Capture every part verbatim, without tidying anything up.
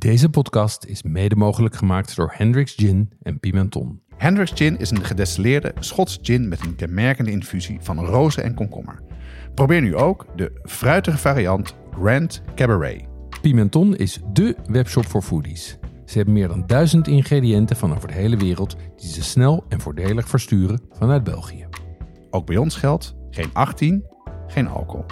Deze podcast is mede mogelijk gemaakt door Hendrick's Gin en Pimenton. Hendrick's Gin is een gedestilleerde Schots gin met een kenmerkende infusie van rozen en komkommer. Probeer nu ook de fruitige variant Grand Cabaret. Pimenton is dé webshop voor foodies. Ze hebben meer dan duizend ingrediënten van over de hele wereld die ze snel en voordelig versturen vanuit België. Ook bij ons geldt geen achttien, geen alcohol.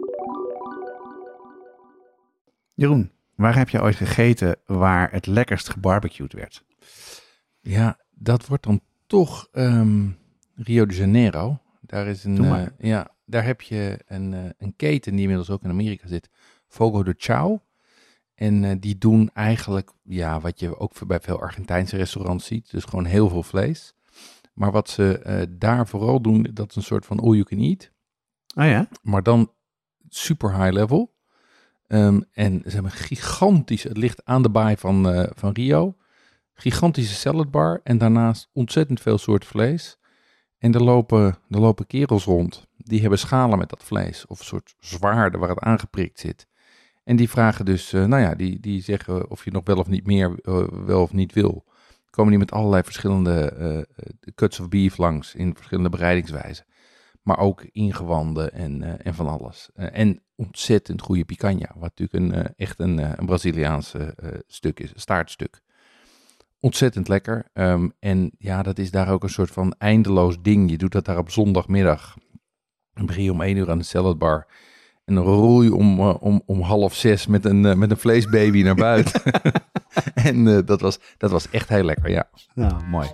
Jeroen, waar heb je ooit gegeten waar het lekkerst gebarbecued werd? Ja, dat wordt dan toch um, Rio de Janeiro. Daar is een, uh, ja, daar heb je een, uh, een keten die inmiddels ook in Amerika zit, Fogo de Chao. En uh, die doen eigenlijk, ja, wat je ook bij veel Argentijnse restaurants ziet, dus gewoon heel veel vlees. Maar wat ze uh, daar vooral doen, dat is een soort van all you can eat. Oh ja? Maar dan super high level. Um, en ze hebben een gigantische, het ligt aan de baai van, uh, van Rio, gigantische saladbar en daarnaast ontzettend veel soort vlees. En er lopen, er lopen kerels rond, die hebben schalen met dat vlees of een soort zwaarden waar het aangeprikt zit. En die vragen dus, uh, nou ja, die, die zeggen of je nog wel of niet meer, uh, wel of niet wil. Komen die met allerlei verschillende uh, cuts of beef langs in verschillende bereidingswijzen. Maar ook ingewanden en, uh, en van alles. Uh, en ontzettend goede picanha, wat natuurlijk een, uh, echt een, uh, een Braziliaanse uh, stuk is, een staartstuk. Ontzettend lekker. Um, en ja, dat is daar ook een soort van eindeloos ding. Je doet dat daar op zondagmiddag. Dan begin je om één uur aan de saladbar. En dan rol je om, uh, om, om half zes met een, uh, met een vleesbaby naar buiten. en uh, dat, was, dat was echt heel lekker, ja. Nou, mooi.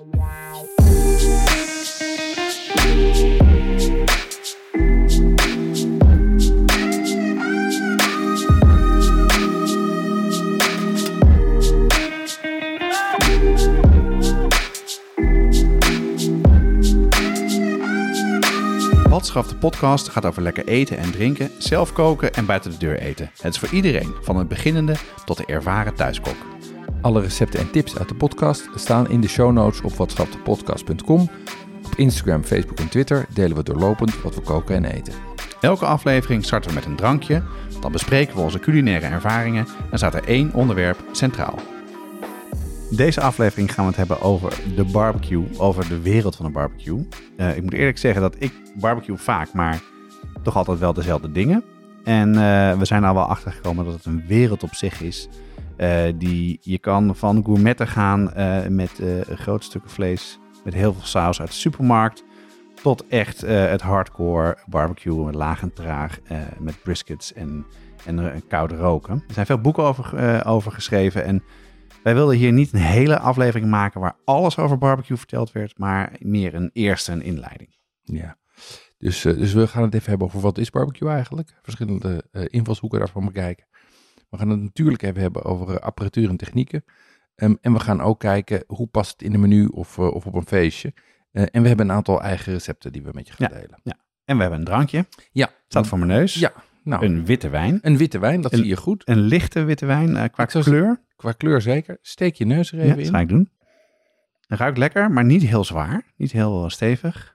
Watschaf, de podcast gaat over lekker eten en drinken, zelf koken en buiten de deur eten. Het is voor iedereen, van het beginnende tot de ervaren thuiskok. Alle recepten en tips uit de podcast staan in de show notes op watschapdepodcast punt com. Op Instagram, Facebook en Twitter delen we doorlopend wat we koken en eten. Elke aflevering starten we met een drankje, dan bespreken we onze culinaire ervaringen en staat er één onderwerp centraal. Deze aflevering gaan we het hebben over de barbecue, over de wereld van de barbecue. Uh, ik moet eerlijk zeggen dat ik barbecue vaak, maar toch altijd wel dezelfde dingen. En uh, we zijn al wel achtergekomen dat het een wereld op zich is. Uh, die je kan van gourmetten gaan uh, met uh, grote stukken vlees, met heel veel saus uit de supermarkt, tot echt uh, het hardcore barbecue met laag en traag, uh, met briskets en, en uh, koude roken. Er zijn veel boeken over, uh, over geschreven en wij wilden hier niet een hele aflevering maken waar alles over barbecue verteld werd, maar meer een eerste een inleiding. Ja, dus, uh, dus we gaan het even hebben over wat is barbecue eigenlijk. Verschillende uh, invalshoeken daarvan bekijken. We gaan het natuurlijk even hebben over uh, apparatuur en technieken. Um, en we gaan ook kijken hoe past het in een menu of, uh, of op een feestje. Uh, en we hebben een aantal eigen recepten die we met je gaan ja, delen. Ja. En we hebben een drankje. Ja. Staat voor mijn neus. Ja. Nou, een witte wijn. Een witte wijn, dat een, zie je goed. Een lichte witte wijn uh, qua kleur. Qua kleur zeker. Steek je neus er even ja, in. Dat ga ik doen. Het ruikt lekker, maar niet heel zwaar. Niet heel stevig.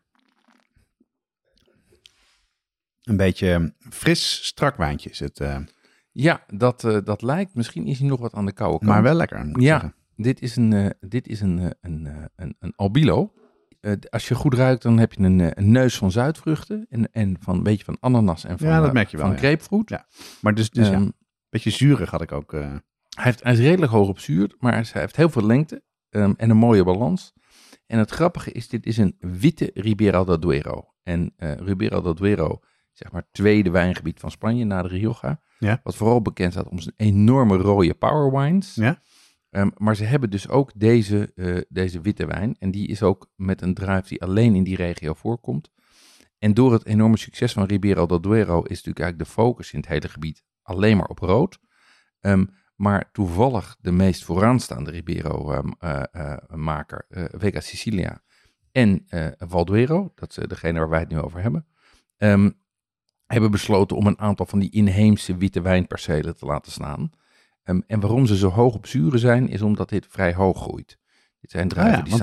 Een beetje fris, strak wijntje is het. Uh... Ja, dat, uh, dat lijkt. Misschien is hij nog wat aan de koude kant. Maar wel lekker, moet ik ja, zeggen. Dit is een, uh, dit is een, uh, een, uh, een, een Albilo. Uh, als je goed ruikt, dan heb je een, uh, een neus van zuidvruchten. En, en van een beetje van ananas en van, ja, dat merk je wel, van ja. grapefruit. Ja. Maar dus, dus um, ja, een beetje zuurig had ik ook. Uh... Hij, heeft, hij is redelijk hoog op zuur, maar hij heeft heel veel lengte um, en een mooie balans. En het grappige is, dit is een witte Ribera del Duero. En uh, Ribera del Duero, zeg maar tweede wijngebied van Spanje na de Rioja. Ja. Wat vooral bekend staat om zijn enorme rode power wines. Ja. Um, maar ze hebben dus ook deze, uh, deze witte wijn. En die is ook met een druif die alleen in die regio voorkomt. En door het enorme succes van Ribera del Duero is natuurlijk eigenlijk de focus in het hele gebied alleen maar op rood. Um, maar toevallig de meest vooraanstaande Ribero-maker, um, uh, uh, Vega Sicilia en uh, Valduero, dat is uh, degene waar wij het nu over hebben, um, hebben besloten om een aantal van die inheemse witte wijnpercelen te laten staan. Um, en waarom ze zo hoog op zuren zijn, is omdat dit vrij hoog groeit. Dit zijn druiven ah ja, die want, staan op...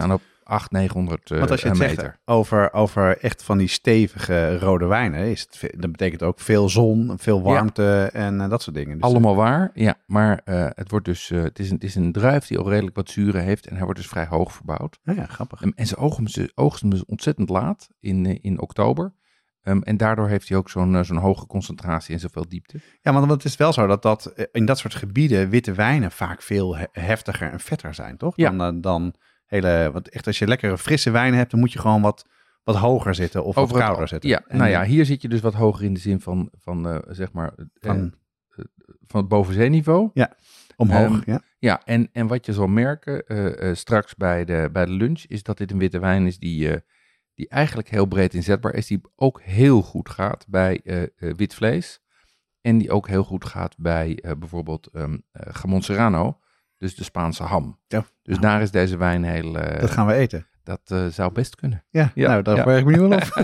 acht, negenhonderd uh, Want als je het meter. zegt over, over echt van die stevige rode wijnen, is het, ve- dat betekent ook veel zon, veel warmte ja. en uh, dat soort dingen. Dus allemaal waar, ja. Maar uh, het, wordt dus, uh, het, is een, het is een druif die al redelijk wat zuren heeft en hij wordt dus vrij hoog verbouwd. Ja, ja grappig. En, en ze oogsten, oogsten dus ontzettend laat in, uh, in oktober. Um, en daardoor heeft hij ook zo'n, uh, zo'n hoge concentratie en zoveel diepte. Ja, want het is wel zo dat, dat in dat soort gebieden witte wijnen vaak veel he- heftiger en vetter zijn, toch? Ja. Dan, uh, dan hele, want echt als je lekkere frisse wijnen hebt, dan moet je gewoon wat, wat hoger zitten of Over wat kouder het, zitten. Ja, en, nou ja, hier zit je dus wat hoger in de zin van, van uh, zeg maar, van, uh, van het bovenzeeniveau. Ja, omhoog. Um, ja, ja en, en wat je zal merken uh, uh, straks bij de, bij de lunch, is dat dit een witte wijn is die... Uh, die eigenlijk heel breed inzetbaar is, die ook heel goed gaat bij uh, uh, wit vlees. En die ook heel goed gaat bij uh, bijvoorbeeld um, uh, Jamon Serrano, dus de Spaanse ham. Ja. Dus nou, daar is deze wijn heel... Uh, dat gaan we eten. Dat uh, zou best kunnen. Ja, ja. nou, daar ja. ben ik benieuwd op.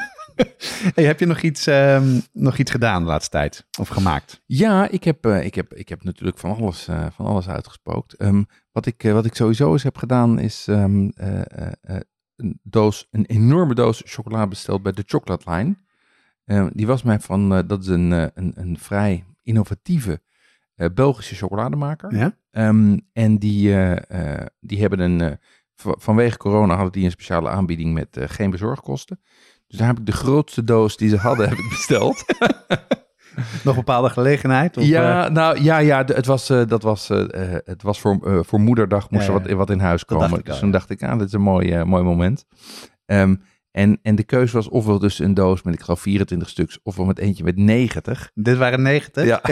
Hey, heb je nog iets, um, nog iets gedaan de laatste tijd? Of gemaakt? Ja, ik heb, uh, ik heb, ik heb natuurlijk van alles, uh, van alles uitgespookt. Um, wat, ik, uh, wat ik sowieso eens heb gedaan is... Um, uh, uh, uh, Een, doos, een enorme doos chocola besteld bij de Chocolate Line. Uh, die was mij van, uh, dat is een, uh, een, een vrij innovatieve uh, Belgische chocolademaker. Ja? Um, en die, uh, uh, die hebben een, uh, v- vanwege corona hadden die een speciale aanbieding met uh, geen bezorgkosten. Dus daar heb ik de grootste doos die ze hadden, heb ik besteld. Nog bepaalde gelegenheid? Of, ja, uh... nou ja, ja d- het was, uh, dat was, uh, het was voor, uh, voor moederdag moest ja, er ja. wat, wat in huis komen. Dus al, toen ja. dacht ik, ah, dit is een mooi, uh, mooi moment. Um, en, en de keuze was ofwel dus een doos met, ik geloof, vierentwintig stuks, ofwel met eentje met negentig. Dit waren negentig? Ja.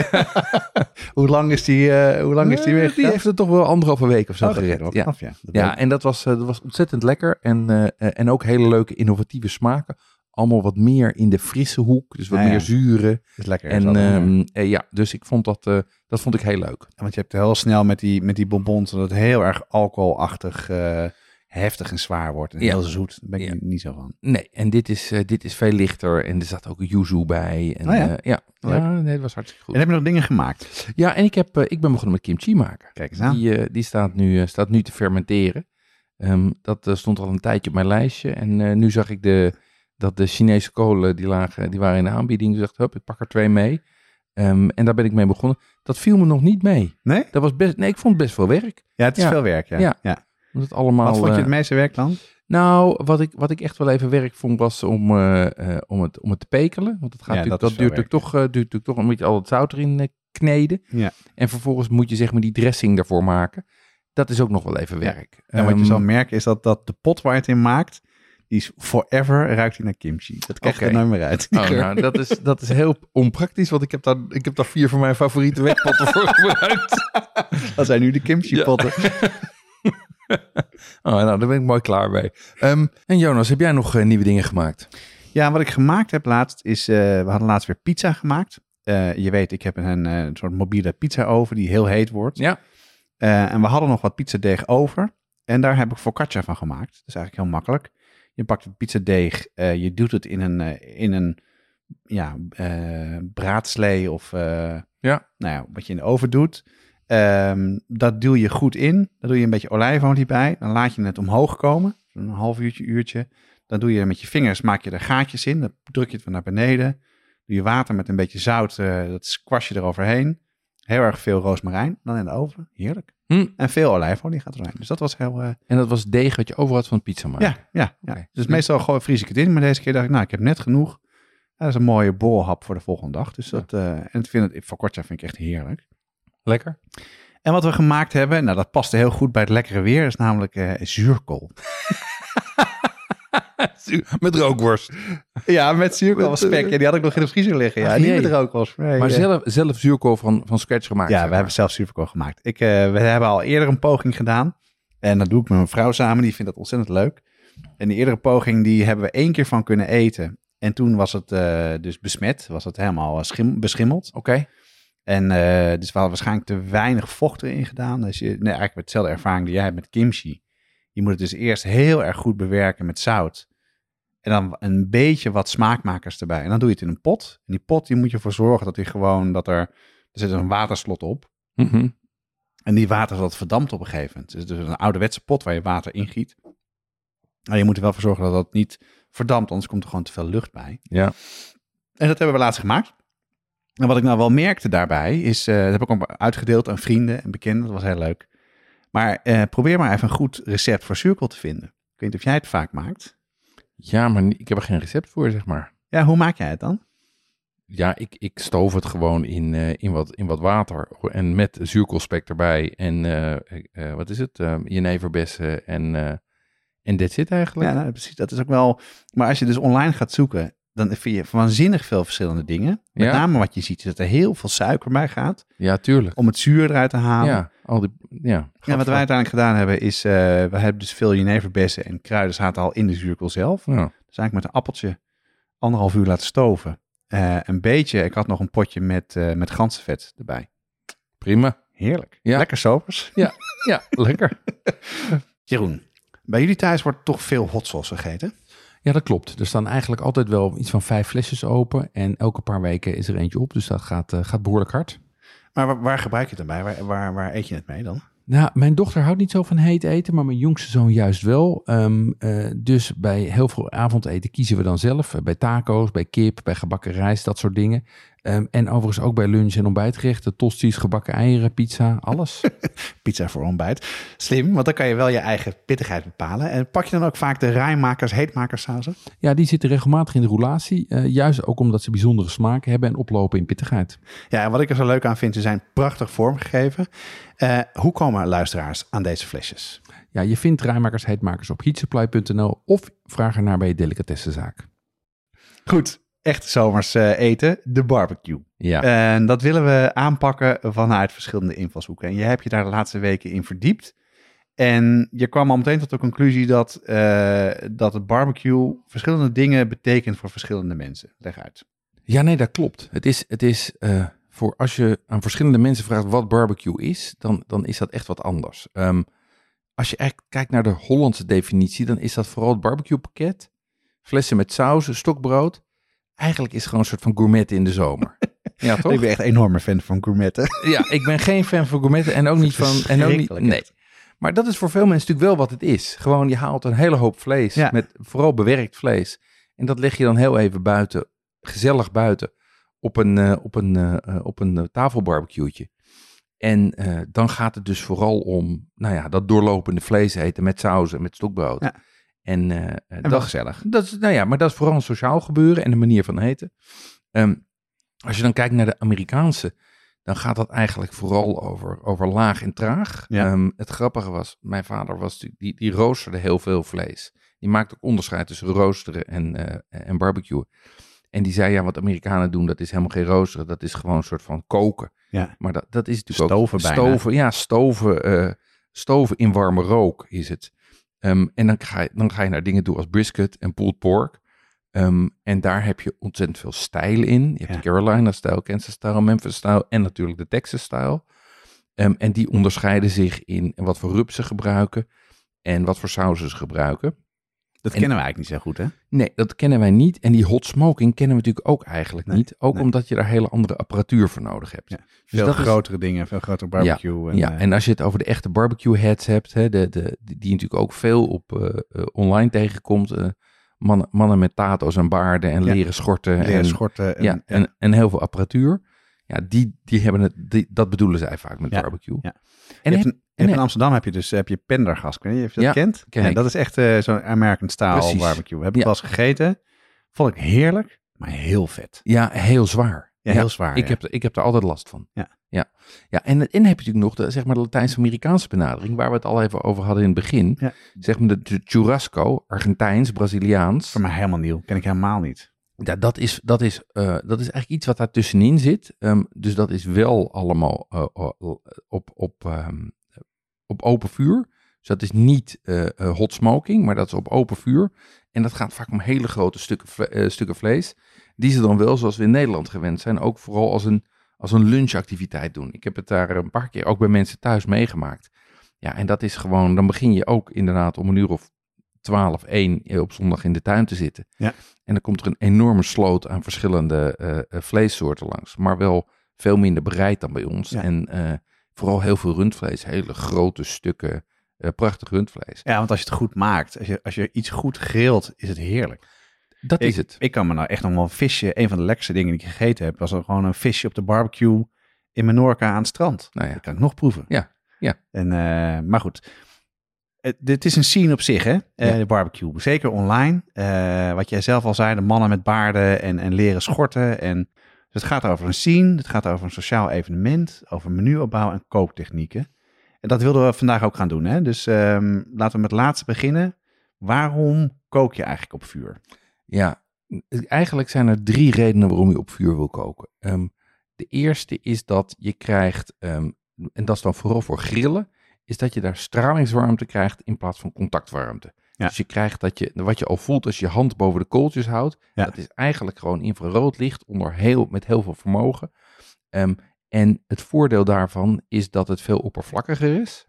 hoe lang is die, uh, hoe lang is die weg? Die heeft het toch wel anderhalve week of zo oh, gered. Dat ja, knap, ja. Dat ja en dat was, uh, dat was ontzettend lekker. En, uh, uh, en ook hele leuke innovatieve smaken. Allemaal wat meer in de frisse hoek, dus wat ja, ja. meer zuren. Is lekker. En is um, uh, ja, dus ik vond dat, uh, dat vond ik heel leuk. Ja, want je hebt heel snel met die, met die bonbons dat het heel erg alcoholachtig, uh, heftig en zwaar wordt. En ja. heel zoet. Daar ben ik ja. niet zo van. Nee, en dit is, uh, dit is veel lichter en er zat ook yuzu bij. En, oh ja? Uh, ja, ja nee, dat was hartstikke goed. En heb je nog dingen gemaakt? Ja, en ik, heb, uh, ik ben begonnen met kimchi maken. Kijk eens aan. Die, uh, die staat, nu, uh, staat nu te fermenteren. Um, dat uh, stond al een tijdje op mijn lijstje. En uh, nu zag ik de... dat de Chinese kolen, die, lagen, die waren in de aanbieding. Ik dacht, hup, ik pak er twee mee. Um, en daar ben ik mee begonnen. Dat viel me nog niet mee. Nee? Dat was best, nee, ik vond het best veel werk. Ja, het is ja. veel werk, ja. ja. ja. Het allemaal, wat vond je het meeste werk dan? Nou, wat ik, wat ik echt wel even werk vond, was om, uh, uh, om, het, om het te pekelen. Want het gaat ja, dat, dat dat duurt, werk, toch, uh, duurt natuurlijk toch een beetje al het zout erin uh, kneden. Ja. En vervolgens moet je zeg maar die dressing daarvoor maken. Dat is ook nog wel even werk. En um, wat je zal merken is dat, dat de pot waar je het in maakt, die is forever, ruikt hij naar kimchi. Dat krijg je okay. er nooit meer uit. Oh, nou, dat, is, dat is heel onpraktisch, want ik heb daar, ik heb daar vier van mijn favoriete wegpotten voor gebruikt. Dat zijn nu de kimchi potten. Ja. Oh, nou, daar ben ik mooi klaar mee. Um, en Jonas, heb jij nog uh, nieuwe dingen gemaakt? Ja, wat ik gemaakt heb laatst is, uh, we hadden laatst weer pizza gemaakt. Uh, je weet, ik heb een, een soort mobiele pizza oven die heel heet wordt. Ja. Uh, en we hadden nog wat pizzadeeg over. En daar heb ik focaccia van gemaakt. Dat is eigenlijk heel makkelijk. Je pakt het pizzadeeg, uh, je doet het in een, uh, in een ja, uh, braadslee of uh, ja. nou ja, wat je in de oven doet. Um, dat duw je goed in. Dan doe je een beetje olijfolie bij. Dan laat je het omhoog komen. Een half uurtje, uurtje. Dan doe je met je vingers, maak je er gaatjes in. Dan druk je het van naar beneden. Doe je water met een beetje zout. Uh, dat squash je eroverheen. Heel erg veel roosmarijn. Dan in de oven. Heerlijk. Hm. En veel olijfolie gaat erin. Dus dat was heel... Uh... En dat was deeg wat je over had van het pizza maken? Ja, ja, ja. Okay. Dus meestal gewoon vries ik het in. Maar deze keer dacht ik, nou, ik heb net genoeg. Ja, dat is een mooie borrelhap voor de volgende dag. Dus dat... Uh, en ik vind het, focaccia vind ik echt heerlijk. Lekker. En wat we gemaakt hebben, nou dat paste heel goed bij het lekkere weer, is namelijk uh, zuurkool. Met rookworst. Ja, met zuurkool met spek. Ja, die had ik nog in de vriezer liggen. Ja, niet met rookworst. Nee, maar ja. zelf, zelf zuurkool van, van scratch gemaakt? Ja, we maar. hebben zelf zuurkool gemaakt. Ik, uh, we hebben al eerder een poging gedaan. En dat doe ik met mijn vrouw samen. Die vindt dat ontzettend leuk. En die eerdere poging, die hebben we één keer van kunnen eten. En toen was het uh, dus besmet. Was het helemaal schim- beschimmeld. Oké. Okay. En uh, dus we hadden waarschijnlijk te weinig vocht erin gedaan. Dus je, nee, eigenlijk met dezelfde ervaring die jij hebt met kimchi. Je moet het dus eerst heel erg goed bewerken met zout. En dan een beetje wat smaakmakers erbij. En dan doe je het in een pot. En die pot, die moet je ervoor zorgen dat die gewoon, dat er, er zit een waterslot op. Mm-hmm. En die waterslot verdampt op een gegeven moment. Dus het is een ouderwetse pot waar je water in giet. Nou, je moet er wel voor zorgen dat dat niet verdampt, anders komt er gewoon te veel lucht bij. Ja. En dat hebben we laatst gemaakt. En wat ik nou wel merkte daarbij is, uh, dat heb ik ook uitgedeeld aan vrienden en bekenden. Dat was heel leuk. Maar uh, probeer maar even een goed recept voor zuurkool te vinden. Ik weet niet of jij het vaak maakt. Ja, maar ik heb er geen recept voor, zeg maar. Ja, hoe maak jij het dan? Ja, ik, ik stoof het gewoon in, uh, in, wat, in wat water en met zuurkoolspek erbij. En uh, uh, wat is het? Uh, jeneverbessen en, uh, en that's it eigenlijk. Ja, nou, precies. Dat is ook wel... Maar als je dus online gaat zoeken, dan vind je waanzinnig veel verschillende dingen. Met Ja. name wat je ziet is dat er heel veel suiker bij gaat. Ja, tuurlijk. Om het zuur eruit te halen. Ja, al die, ja. Ja, wat wij uiteindelijk gedaan hebben is, uh, we hebben dus veel jeneverbessen en kruiden zaten al in de zuurkool zelf. Ja. Dus eigenlijk met een appeltje anderhalf uur laten stoven. Uh, een beetje, ik had nog een potje met, uh, met ganzenvet erbij. Prima. Heerlijk. Ja. Lekker sobers. Ja, ja, lekker. Jeroen, bij jullie thuis wordt toch veel hot sauce gegeten? Ja, dat klopt. Er staan eigenlijk altijd wel iets van vijf flesjes open. En elke paar weken is er eentje op. Dus dat gaat, uh, gaat behoorlijk hard. Maar waar, waar gebruik je het dan bij? Waar, waar, waar eet je het mee dan? Nou, mijn dochter houdt niet zo van heet eten, maar mijn jongste zoon juist wel. Um, uh, dus bij heel veel avondeten kiezen we dan zelf. Uh, bij taco's, bij kip, bij gebakken rijst, dat soort dingen. Um, en overigens ook bij lunch- en ontbijtgerechten. Tosties, gebakken eieren, pizza, alles. Pizza voor ontbijt. Slim, want dan kan je wel je eigen pittigheid bepalen. En pak je dan ook vaak de rijmakers, heetmakers sauzen? Ja, die zitten regelmatig in de roulatie. Uh, juist ook omdat ze bijzondere smaken hebben en oplopen in pittigheid. Ja, en wat ik er zo leuk aan vind, ze zijn prachtig vormgegeven. Uh, hoe komen luisteraars aan deze flesjes? Ja, je vindt rijmakers, heetmakers op heatsupply punt n l of vraag ernaar bij je delicatessenzaak. Goed. Echt zomers uh, eten, de barbecue. Ja. En dat willen we aanpakken vanuit verschillende invalshoeken. En jij hebt je daar de laatste weken in verdiept. En je kwam al meteen tot de conclusie dat, uh, dat het barbecue verschillende dingen betekent voor verschillende mensen. Leg uit. Ja, nee, dat klopt. Het is, het is uh, voor als je aan verschillende mensen vraagt wat barbecue is, dan, dan is dat echt wat anders. Um, als je echt kijkt naar de Hollandse definitie, dan is dat vooral het barbecue pakket, flessen met saus, stokbrood. Eigenlijk is het gewoon een soort van gourmetten in de zomer. Ja, toch? Ik ben echt een enorme fan van gourmetten. Ja, ik ben geen fan van gourmetten en ook niet van... En ook niet, nee. Maar dat is voor veel mensen natuurlijk wel wat het is. Gewoon, je haalt een hele hoop vlees, ja. met vooral bewerkt vlees. En dat leg je dan heel even buiten, gezellig buiten, op een, uh, op een, uh, op een uh, tafelbarbecue'tje. En uh, dan gaat het dus vooral om, nou ja, dat doorlopende vlees eten met saus en met stokbrood. Ja. En, uh, en dat, wel gezellig. Dat is, nou ja, maar dat is vooral een sociaal gebeuren en de manier van eten. Um, als je dan kijkt naar de Amerikaanse, dan gaat dat eigenlijk vooral over, over laag en traag. Ja. Um, het grappige was, mijn vader was die, die, die roosterde heel veel vlees. Die maakte ook onderscheid tussen roosteren en, uh, en barbecuen. En die zei, ja, wat Amerikanen doen, dat is helemaal geen roosteren. Dat is gewoon een soort van koken. Ja. Maar dat, dat is natuurlijk stoven ook... Bijna. Stoven, ja, stoven, uh, stoven in warme rook is het. Um, en dan ga, je, dan ga je naar dingen toe als brisket en pulled pork. Um, en daar heb je ontzettend veel stijl in. Je hebt ja. de Carolina-stijl, Kansas-stijl, Memphis-stijl en natuurlijk de Texas-stijl. Um, en die onderscheiden zich in wat voor rub ze gebruiken en wat voor sausen ze gebruiken. Dat en, kennen we eigenlijk niet zo goed, hè? Nee, dat kennen wij niet. En die hot smoking kennen we natuurlijk ook eigenlijk nee, niet. Ook nee. omdat je daar hele andere apparatuur voor nodig hebt. Ja, dus veel dat grotere is, dingen, veel grotere barbecue. Ja, en, ja. Uh, en als je het over de echte barbecue heads hebt, hè, de, de, die, die natuurlijk ook veel op uh, uh, online tegenkomt. Uh, mannen, mannen met tato's en baarden en ja. leren schorten. Leren en, schorten. En, ja, ja. en, en heel veel apparatuur. Ja, die, die hebben het, die, dat bedoelen zij vaak met ja, barbecue. Ja. En je heb, hebt, en in Amsterdam heb je dus heb je Pendergast. Weet je of je dat ja, kent? Ken ja, dat is echt uh, zo'n American style Precies. barbecue. Heb ik ja. wel eens gegeten. Vond ik heerlijk, maar heel vet. Ja, heel zwaar. Ja, heel zwaar. Ik, ja. heb, ik heb er altijd last van. Ja. Ja. Ja, en, en heb je natuurlijk nog de, zeg maar, de Latijns-Amerikaanse benadering, waar we het al even over hadden in het begin. Ja. Zeg maar de, de churrasco, Argentijns, Braziliaans. Voor mij helemaal nieuw. Ken ik helemaal niet. Ja, dat is, dat is, uh, dat is eigenlijk iets wat daar tussenin zit. Um, dus dat is wel allemaal uh, op, op, um, op open vuur. Dus dat is niet uh, uh, hot smoking, maar dat is op open vuur. En dat gaat vaak om hele grote stukken, vle- uh, stukken vlees. Die ze dan wel, zoals we in Nederland gewend zijn, ook vooral als een, als een lunchactiviteit doen. Ik heb het daar een paar keer ook bij mensen thuis meegemaakt. Ja, en dat is gewoon, dan begin je ook inderdaad om een uur of twaalf, één op zondag in de tuin te zitten. Ja. En dan komt er een enorme sloot aan verschillende uh, vleessoorten langs. Maar wel veel minder bereid dan bij ons. Ja. En uh, vooral heel veel rundvlees, hele grote stukken uh, prachtig rundvlees. Ja, want als je het goed maakt, als je, als je iets goed grilt, is het heerlijk. Dat ik, is het. Ik kan me nou echt nog wel een visje, een van de lekkerste dingen die ik gegeten heb, was er gewoon een visje op de barbecue in Menorca aan het strand. Nou ja. Dat kan ik nog proeven. Ja, ja. En, uh, maar goed, het, het is een scene op zich, hè, uh, ja. de barbecue. Zeker online. Uh, wat jij zelf al zei, de mannen met baarden en, en leren schorten. En, dus het gaat over een scene, het gaat over een sociaal evenement, over menuopbouw en kooktechnieken. En dat wilden we vandaag ook gaan doen. Hè? Dus um, laten we met het laatste beginnen. Waarom kook je eigenlijk op vuur? Ja, eigenlijk zijn er drie redenen waarom je op vuur wil koken. Um, de eerste is dat je krijgt, um, en dat is dan vooral voor grillen, is dat je daar stralingswarmte krijgt in plaats van contactwarmte. Ja. Dus je krijgt dat je, wat je al voelt als je je hand boven de kooltjes houdt, ja. dat is eigenlijk gewoon infrarood licht onder heel, met heel veel vermogen. Um, en het voordeel daarvan is dat het veel oppervlakkiger is.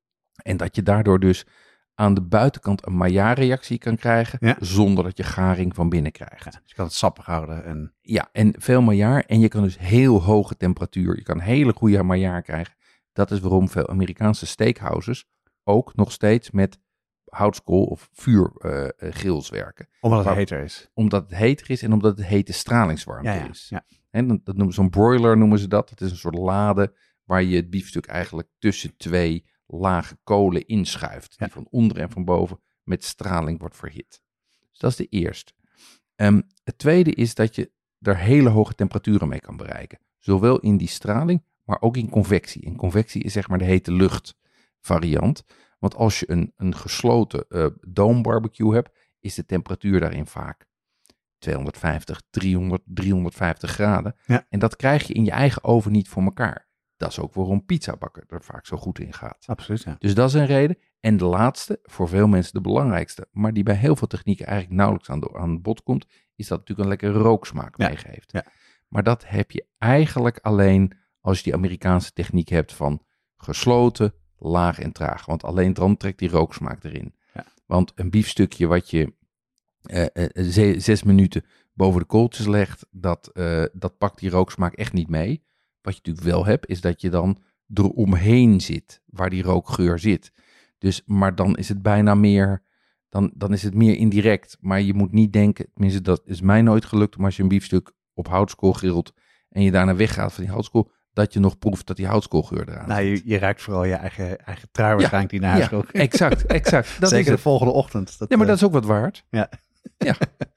En dat je daardoor dus aan de buitenkant een Maillard-reactie kan krijgen, ja. zonder dat je garing van binnen krijgt. Ja, dus je kan het sappig houden. En... Ja, en veel Maillard. En je kan dus heel hoge temperatuur, je kan hele goede Maillard krijgen. Dat is waarom veel Amerikaanse steakhouses ook nog steeds met houtskool of vuurgrills uh, werken. Omdat het Waar, heter is. Omdat het heter is en omdat het hete stralingswarmte ja, ja, is. Ja. En dat, dat noemen ze zo'n broiler, noemen ze dat. Het is een soort lade waar je het biefstuk eigenlijk tussen twee lage kolen inschuift. Ja. Die van onder en van boven met straling wordt verhit. Dus dat is de eerste. Um, het tweede is dat je er hele hoge temperaturen mee kan bereiken. Zowel in die straling, maar ook in convectie. En convectie is zeg maar de hete lucht variant. Want als je een, een gesloten uh, dome barbecue hebt, is de temperatuur daarin vaak tweehonderdvijftig, driehonderd, driehonderdvijftig graden. Ja. En dat krijg je in je eigen oven niet voor elkaar. Dat is ook waarom pizzabakken er vaak zo goed in gaat. Absoluut, ja. Dus dat is een reden. En de laatste, voor veel mensen de belangrijkste, maar die bij heel veel technieken eigenlijk nauwelijks aan, de, aan bod komt, is dat het natuurlijk een lekkere rooksmaak ja. meegeeft. Ja. Maar dat heb je eigenlijk alleen als je die Amerikaanse techniek hebt van gesloten, laag en traag. Want alleen dan trekt die rooksmaak erin. Ja. Want een biefstukje wat je uh, uh, zes minuten boven de kooltjes legt, dat, uh, dat pakt die rooksmaak echt niet mee. Wat je natuurlijk wel hebt, is dat je dan eromheen zit, waar die rookgeur zit. Dus, maar dan is het bijna meer, dan, dan is het meer indirect. Maar je moet niet denken, tenminste dat is mij nooit gelukt, om als je een biefstuk op houtskool grilt en je daarna weggaat van die houtskool, dat je nog proeft dat die houtskoolgeur eraan nou, zit. Je, je ruikt vooral je eigen, eigen trui waarschijnlijk ja, die naar huis ja, exact, exact. Dat Zeker is de volgende ochtend. Dat, ja, maar dat is ook wat waard. Ja. ja.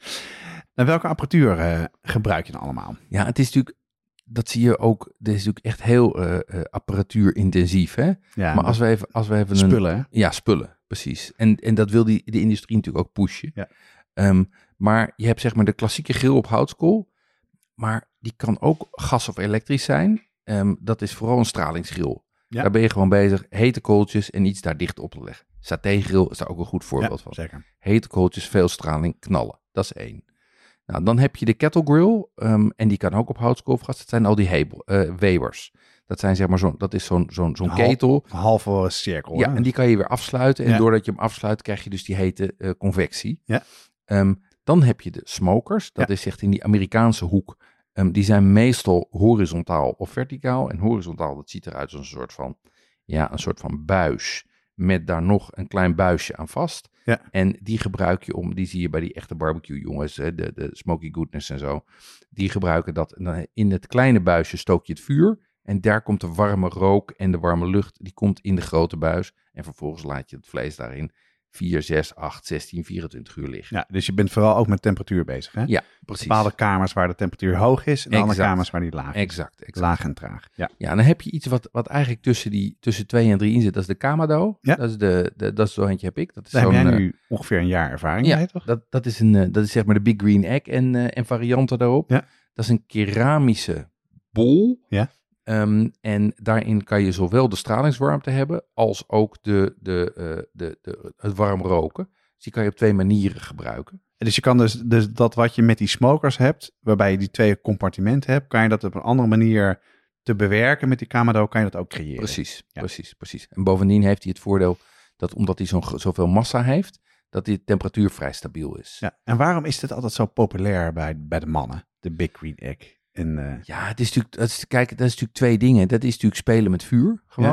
En welke apparatuur uh, gebruik je dan allemaal? Ja, het is natuurlijk, dat zie je ook, dit is natuurlijk echt heel uh, uh, apparatuurintensief, hè? Ja, maar als we even, als we even spullen, een, hè? Ja, spullen, precies. En, en dat wil die, de industrie natuurlijk ook pushen. Ja. Um, maar je hebt zeg maar de klassieke grill op houtskool, maar die kan ook gas of elektrisch zijn. Um, dat is vooral een stralingsgrill. Ja. Daar ben je gewoon bezig, hete kooltjes en iets daar dicht op te leggen. Satégrill is daar ook een goed voorbeeld ja, van. Zeker. Hete kooltjes, veel straling, knallen. Dat is één. Nou, dan heb je de kettle grill um, en die kan ook op houtskool of gas. Dat zijn al die hebel, uh, Webers. Dat zijn zeg maar zo'n, dat is zo'n, zo'n, zo'n Hal, ketel. Een halve cirkel. Ja, hè? en die kan je weer afsluiten. En ja. doordat je hem afsluit, krijg je dus die hete uh, convectie. Ja. Um, dan heb je de smokers. Dat ja. is echt in die Amerikaanse hoek. Um, die zijn meestal horizontaal of verticaal. En horizontaal, dat ziet eruit als een soort van, ja, een soort van buis. Met daar nog een klein buisje aan vast. Ja. En die gebruik je om, die zie je bij die echte barbecue jongens, de, de Smoky Goodness en zo. Die gebruiken dat. In het kleine buisje stook je het vuur. En daar komt de warme rook en de warme lucht. Die komt in de grote buis. En vervolgens laat je het vlees daarin vier, zes, acht, zestien, vierentwintig uur liggen. Ja, dus je bent vooral ook met temperatuur bezig, hè? Ja, precies. Bepaalde kamers waar de temperatuur hoog is en exact. andere kamers waar die laag is. Exact, exact. Laag en traag. Ja, ja en dan heb je iets wat, wat eigenlijk tussen, die, tussen twee en drie in zit. Dat is de Kamado. Ja. Dat is de, de dat is zo eentje heb ik. Dat is Daar zo'n, heb jij nu uh, ongeveer een jaar ervaring ja, mee, toch? Dat, dat, is een, uh, dat is zeg maar de Big Green Egg en, uh, en varianten daarop. Ja. Dat is een keramische bol. Ja. Um, en daarin kan je zowel de stralingswarmte hebben als ook de, de, uh, de, de, het warm roken. Dus die kan je op twee manieren gebruiken. Dus je kan dus, dus dat wat je met die smokers hebt, waarbij je die twee compartimenten hebt, kan je dat op een andere manier te bewerken met die Kamado, kan je dat ook creëren. Precies, ja. precies, precies. En bovendien heeft hij het voordeel dat omdat hij zo, zoveel massa heeft, dat die temperatuur vrij stabiel is. Ja. En waarom is dit altijd zo populair bij, bij de mannen, de Big Green Egg? En, uh... Ja, het is natuurlijk, het is, kijk, dat is natuurlijk twee dingen. Dat is natuurlijk spelen met vuur, gewoon.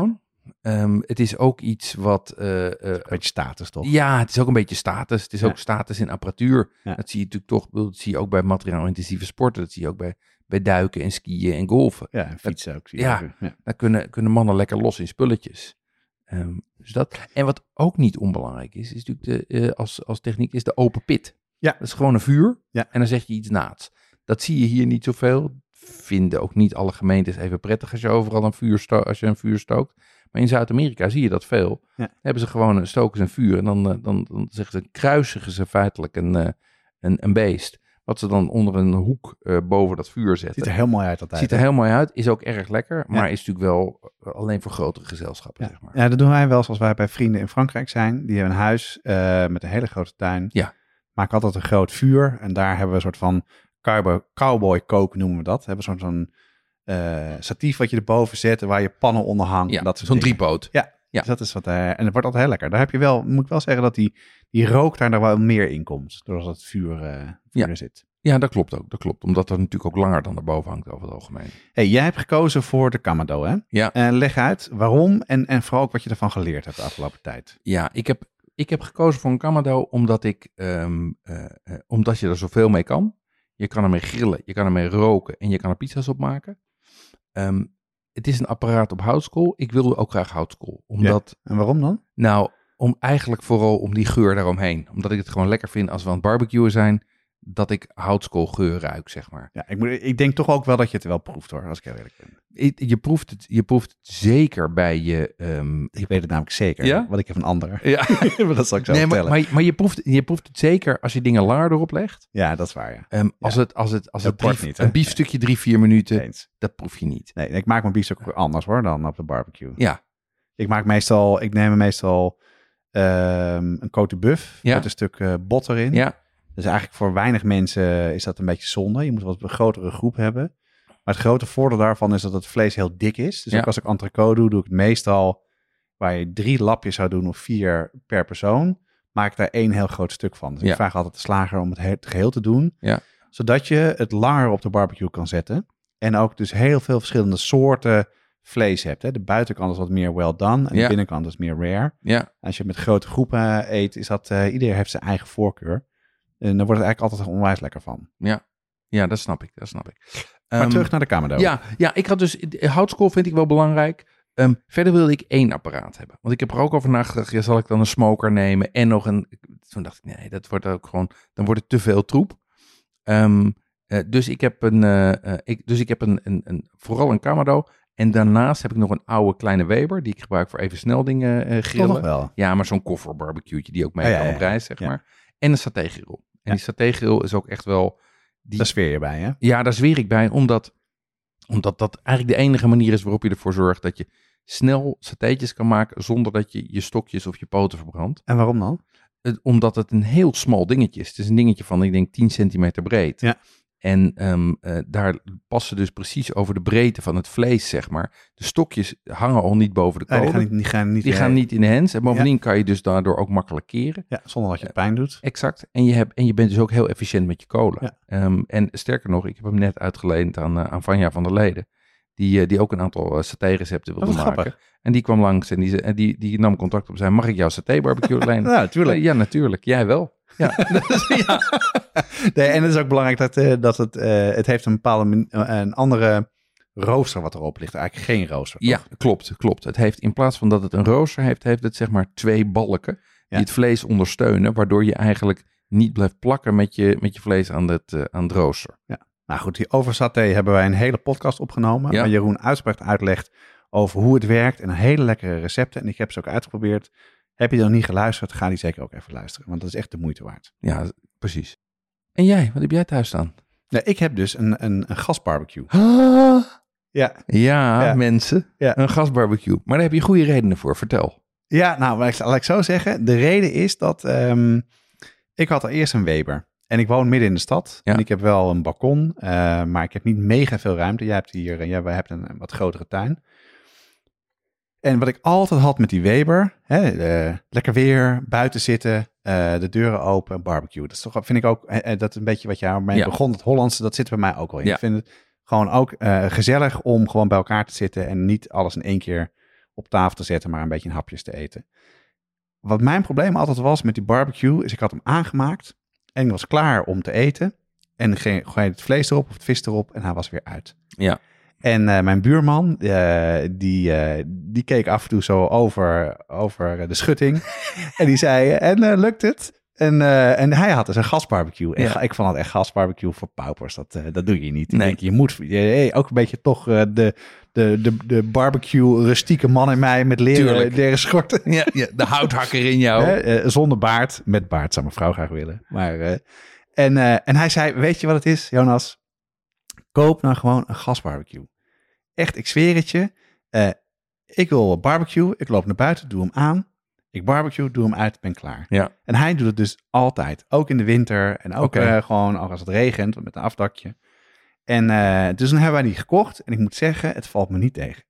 Um, het is ook iets wat... Uh, uh, een beetje status, toch? Ja, het is ook een beetje status. Het is ja. ook status in apparatuur. Ja. Dat zie je natuurlijk toch... Dat zie je ook bij materiaalintensieve sporten. Dat zie je ook bij, bij duiken en skiën en golfen. Ja, en fietsen ook. Zie je ja, ook. ja, daar kunnen, kunnen mannen lekker los in spulletjes. Um, dus dat. En wat ook niet onbelangrijk is, is natuurlijk de, uh, als, als techniek, is de open pit. Ja. Dat is gewoon een vuur ja. en dan zeg je iets naast. Dat zie je hier niet zoveel. Vinden ook niet alle gemeentes even prettig als je overal een vuur, sto- als je een vuur stookt. Maar in Zuid-Amerika zie je dat veel. Ja. Dan hebben ze gewoon een stoken ze een vuur en dan, dan, dan, dan zeggen ze, kruisigen ze feitelijk een, een, een beest. Wat ze dan onder een hoek uh, boven dat vuur zetten. Ziet er heel mooi uit altijd. Ziet er heel mooi uit, is ook erg lekker, maar ja. is natuurlijk wel alleen voor grotere gezelschappen. Ja. Zeg maar. Ja, dat doen wij wel als wij bij vrienden in Frankrijk zijn. Die hebben een huis uh, met een hele grote tuin. Ja. Maken altijd een groot vuur en daar hebben we een soort van cowboy, cowboy kook noemen we dat. We hebben zo'n zo'n uh, statief wat je erboven zet waar je pannen onder hangt. Ja, dat soort zo'n dingen. driepoot. Ja, ja. Dus dat is wat. Uh, en het wordt altijd heel lekker. Daar heb je wel, moet ik wel zeggen dat die, die rook daar, daar wel meer in komt. Doordat het vuur, uh, vuur ja. zit. Ja, dat klopt ook. Dat klopt. Omdat er natuurlijk ook langer dan erboven hangt over het algemeen. Hey, jij hebt gekozen voor de Kamado, hè? Ja. Uh, leg uit waarom en, en vooral ook wat je ervan geleerd hebt de afgelopen tijd. Ja, ik heb, ik heb gekozen voor een Kamado omdat, ik, um, uh, uh, omdat je er zoveel mee kan. Je kan ermee grillen, je kan ermee roken en je kan er pizza's op maken. Um, het is een apparaat op houtskool. Ik wilde ook graag houtskool. Omdat, ja. En waarom dan? Nou, om eigenlijk vooral om die geur daaromheen. Omdat ik het gewoon lekker vind als we aan het barbecuen zijn, dat ik houtskoolgeur ruik, zeg maar. Ja, ik, moet, ik denk toch ook wel dat je het wel proeft, hoor, als ik heel eerlijk ben. Je, je, proeft, het, je proeft het zeker bij je... Um, ik weet het namelijk zeker, ja? want ik heb een ander. Ja. Maar dat zal ik zo nee, vertellen. Maar, maar, maar je, proeft, je proeft het zeker als je dingen laar erop legt. Ja, dat is waar, ja. Um, als ja. het, als het, als dat het drie, niet, een biefstukje drie, vier minuten, Eens. Dat proef je niet. Nee, ik maak mijn biefstuk ook anders, hoor, dan op de barbecue. Ja. Ik maak meestal, ik neem meestal um, een côte buff ja. met een stuk uh, bot erin. Ja. Dus eigenlijk voor weinig mensen is dat een beetje zonde. Je moet wat een grotere groep hebben. Maar het grote voordeel daarvan is dat het vlees heel dik is. Dus ja. ook als ik entrecote doe, doe ik het meestal waar je drie lapjes zou doen of vier per persoon. Maak ik daar één heel groot stuk van. Dus ja. ik vraag altijd de slager om het, he- het geheel te doen. Ja. Zodat je het langer op de barbecue kan zetten. En ook dus heel veel verschillende soorten vlees hebt. Hè. De buitenkant is wat meer well done en ja. de binnenkant is meer rare. Ja. Als je met grote groepen eet, is dat uh, iedereen heeft zijn eigen voorkeur. En dan wordt het eigenlijk altijd onwijs lekker van. Ja, ja dat snap ik, dat snap ik. Maar um, terug naar de Kamado. Ja, ja, ik had dus, houtskool vind ik wel belangrijk. Um, verder wilde ik één apparaat hebben. Want ik heb er ook over nagedacht, ja, zal ik dan een smoker nemen en nog een... Toen dacht ik, nee, dat wordt ook gewoon, dan wordt het te veel troep. Um, uh, dus ik heb een, uh, uh, ik, dus ik heb een, een, een, vooral een Kamado. En daarnaast heb ik nog een oude kleine Weber, die ik gebruik voor even snel dingen uh, grillen. Toch nog wel. Ja, maar zo'n kofferbarbecue'tje die ook mee oh, ja, kan ja, op reis, zeg ja. maar. En een satégrill. En ja. die satégrill is ook echt wel... Die... Daar zweer je bij, hè? Ja, daar zweer ik bij, omdat, omdat dat eigenlijk de enige manier is waarop je ervoor zorgt dat je snel satéetjes kan maken zonder dat je je stokjes of je poten verbrandt. En waarom dan? Het, omdat het een heel smal dingetje is. Het is een dingetje van, ik denk, tien centimeter breed. Ja. En um, uh, daar passen dus precies over de breedte van het vlees, zeg maar. De stokjes hangen al niet boven de kolen. Ja, die gaan niet, die gaan niet, die gaan niet in de hands. En bovendien ja. kan je dus daardoor ook makkelijk keren. Ja, zonder dat je het pijn doet. Exact. En je, hebt, en je bent dus ook heel efficiënt met je kolen. Ja. Um, en sterker nog, ik heb hem net uitgeleend aan, uh, aan Vanja van der Leden. Die, uh, die ook een aantal uh, saté-recepten wilde maken. Grappig. En die kwam langs en die, uh, die, die nam contact op. Zei, mag ik jouw saté-barbecue lenen? Ja, natuurlijk. Uh, ja, natuurlijk. Jij wel. Ja. ja. Nee, en het is ook belangrijk dat, uh, dat het, uh, het heeft een bepaalde, uh, een andere rooster wat erop ligt. Eigenlijk geen rooster. Toch? Ja, klopt, klopt. Het heeft in plaats van dat het een rooster heeft, heeft het zeg maar twee balken die ja. het vlees ondersteunen, waardoor je eigenlijk niet blijft plakken met je, met je vlees aan het, uh, aan het rooster. Ja. Nou goed, die over saté hebben wij een hele podcast opgenomen, ja. waar Jeroen uitgebreid uitlegt over hoe het werkt en een hele lekkere recepten. En ik heb ze ook uitgeprobeerd. Heb je nog niet geluisterd, ga die zeker ook even luisteren, want dat is echt de moeite waard. Ja, precies. En jij, wat heb jij thuis staan? Nee, ik heb dus een, een, een gasbarbecue. Ah. Ja. Ja, ja, mensen. Ja. Een gasbarbecue. Maar daar heb je goede redenen voor. Vertel. Ja, nou, laat ik zo zeggen. De reden is dat um, ik had al eerst een Weber. En ik woon midden in de stad. Ja. En ik heb wel een balkon, uh, maar ik heb niet mega veel ruimte. Jij hebt hier, jij hebt een, een wat grotere tuin. En wat ik altijd had met die Weber, hè, uh, lekker weer, buiten zitten, uh, de deuren open, barbecue. Dat is toch, vind ik ook, uh, dat is een beetje wat jij mee ja. begon, het Hollandse, dat zit bij mij ook wel in. Ja. Ik vind het gewoon ook uh, gezellig om gewoon bij elkaar te zitten en niet alles in één keer op tafel te zetten, maar een beetje in hapjes te eten. Wat mijn probleem altijd was met die barbecue, is ik had hem aangemaakt en ik was klaar om te eten. En dan ging je het vlees erop of het vis erop en hij was weer uit. Ja. En uh, mijn buurman, uh, die, uh, die keek af en toe zo over, over de schutting. En die zei, en uh, lukt het? En, uh, en hij had dus een gasbarbecue. En Ja. ik vond het echt gasbarbecue voor paupers. Dat, uh, dat doe je niet. Nee. Ik denk, je moet je, hey, ook een beetje toch uh, de, de, de, de barbecue rustieke man in mij met leren, Tuurlijk. leren schorten. Ja, ja, de houthakker in jou. Hè, uh, zonder baard. Met baard zou mijn vrouw graag willen. Maar, uh, en, uh, en hij zei, weet je wat het is, Jonas? Koop nou gewoon een gasbarbecue. Echt, ik zweer het je. Uh, ik wil barbecue. Ik loop naar buiten, doe hem aan. Ik barbecue, doe hem uit, ben klaar. Ja. En hij doet het dus altijd. Ook in de winter. En ook Okay. uh, gewoon als het regent, met een afdakje. En uh, dus dan hebben wij die gekocht. En ik moet zeggen, het valt me niet tegen.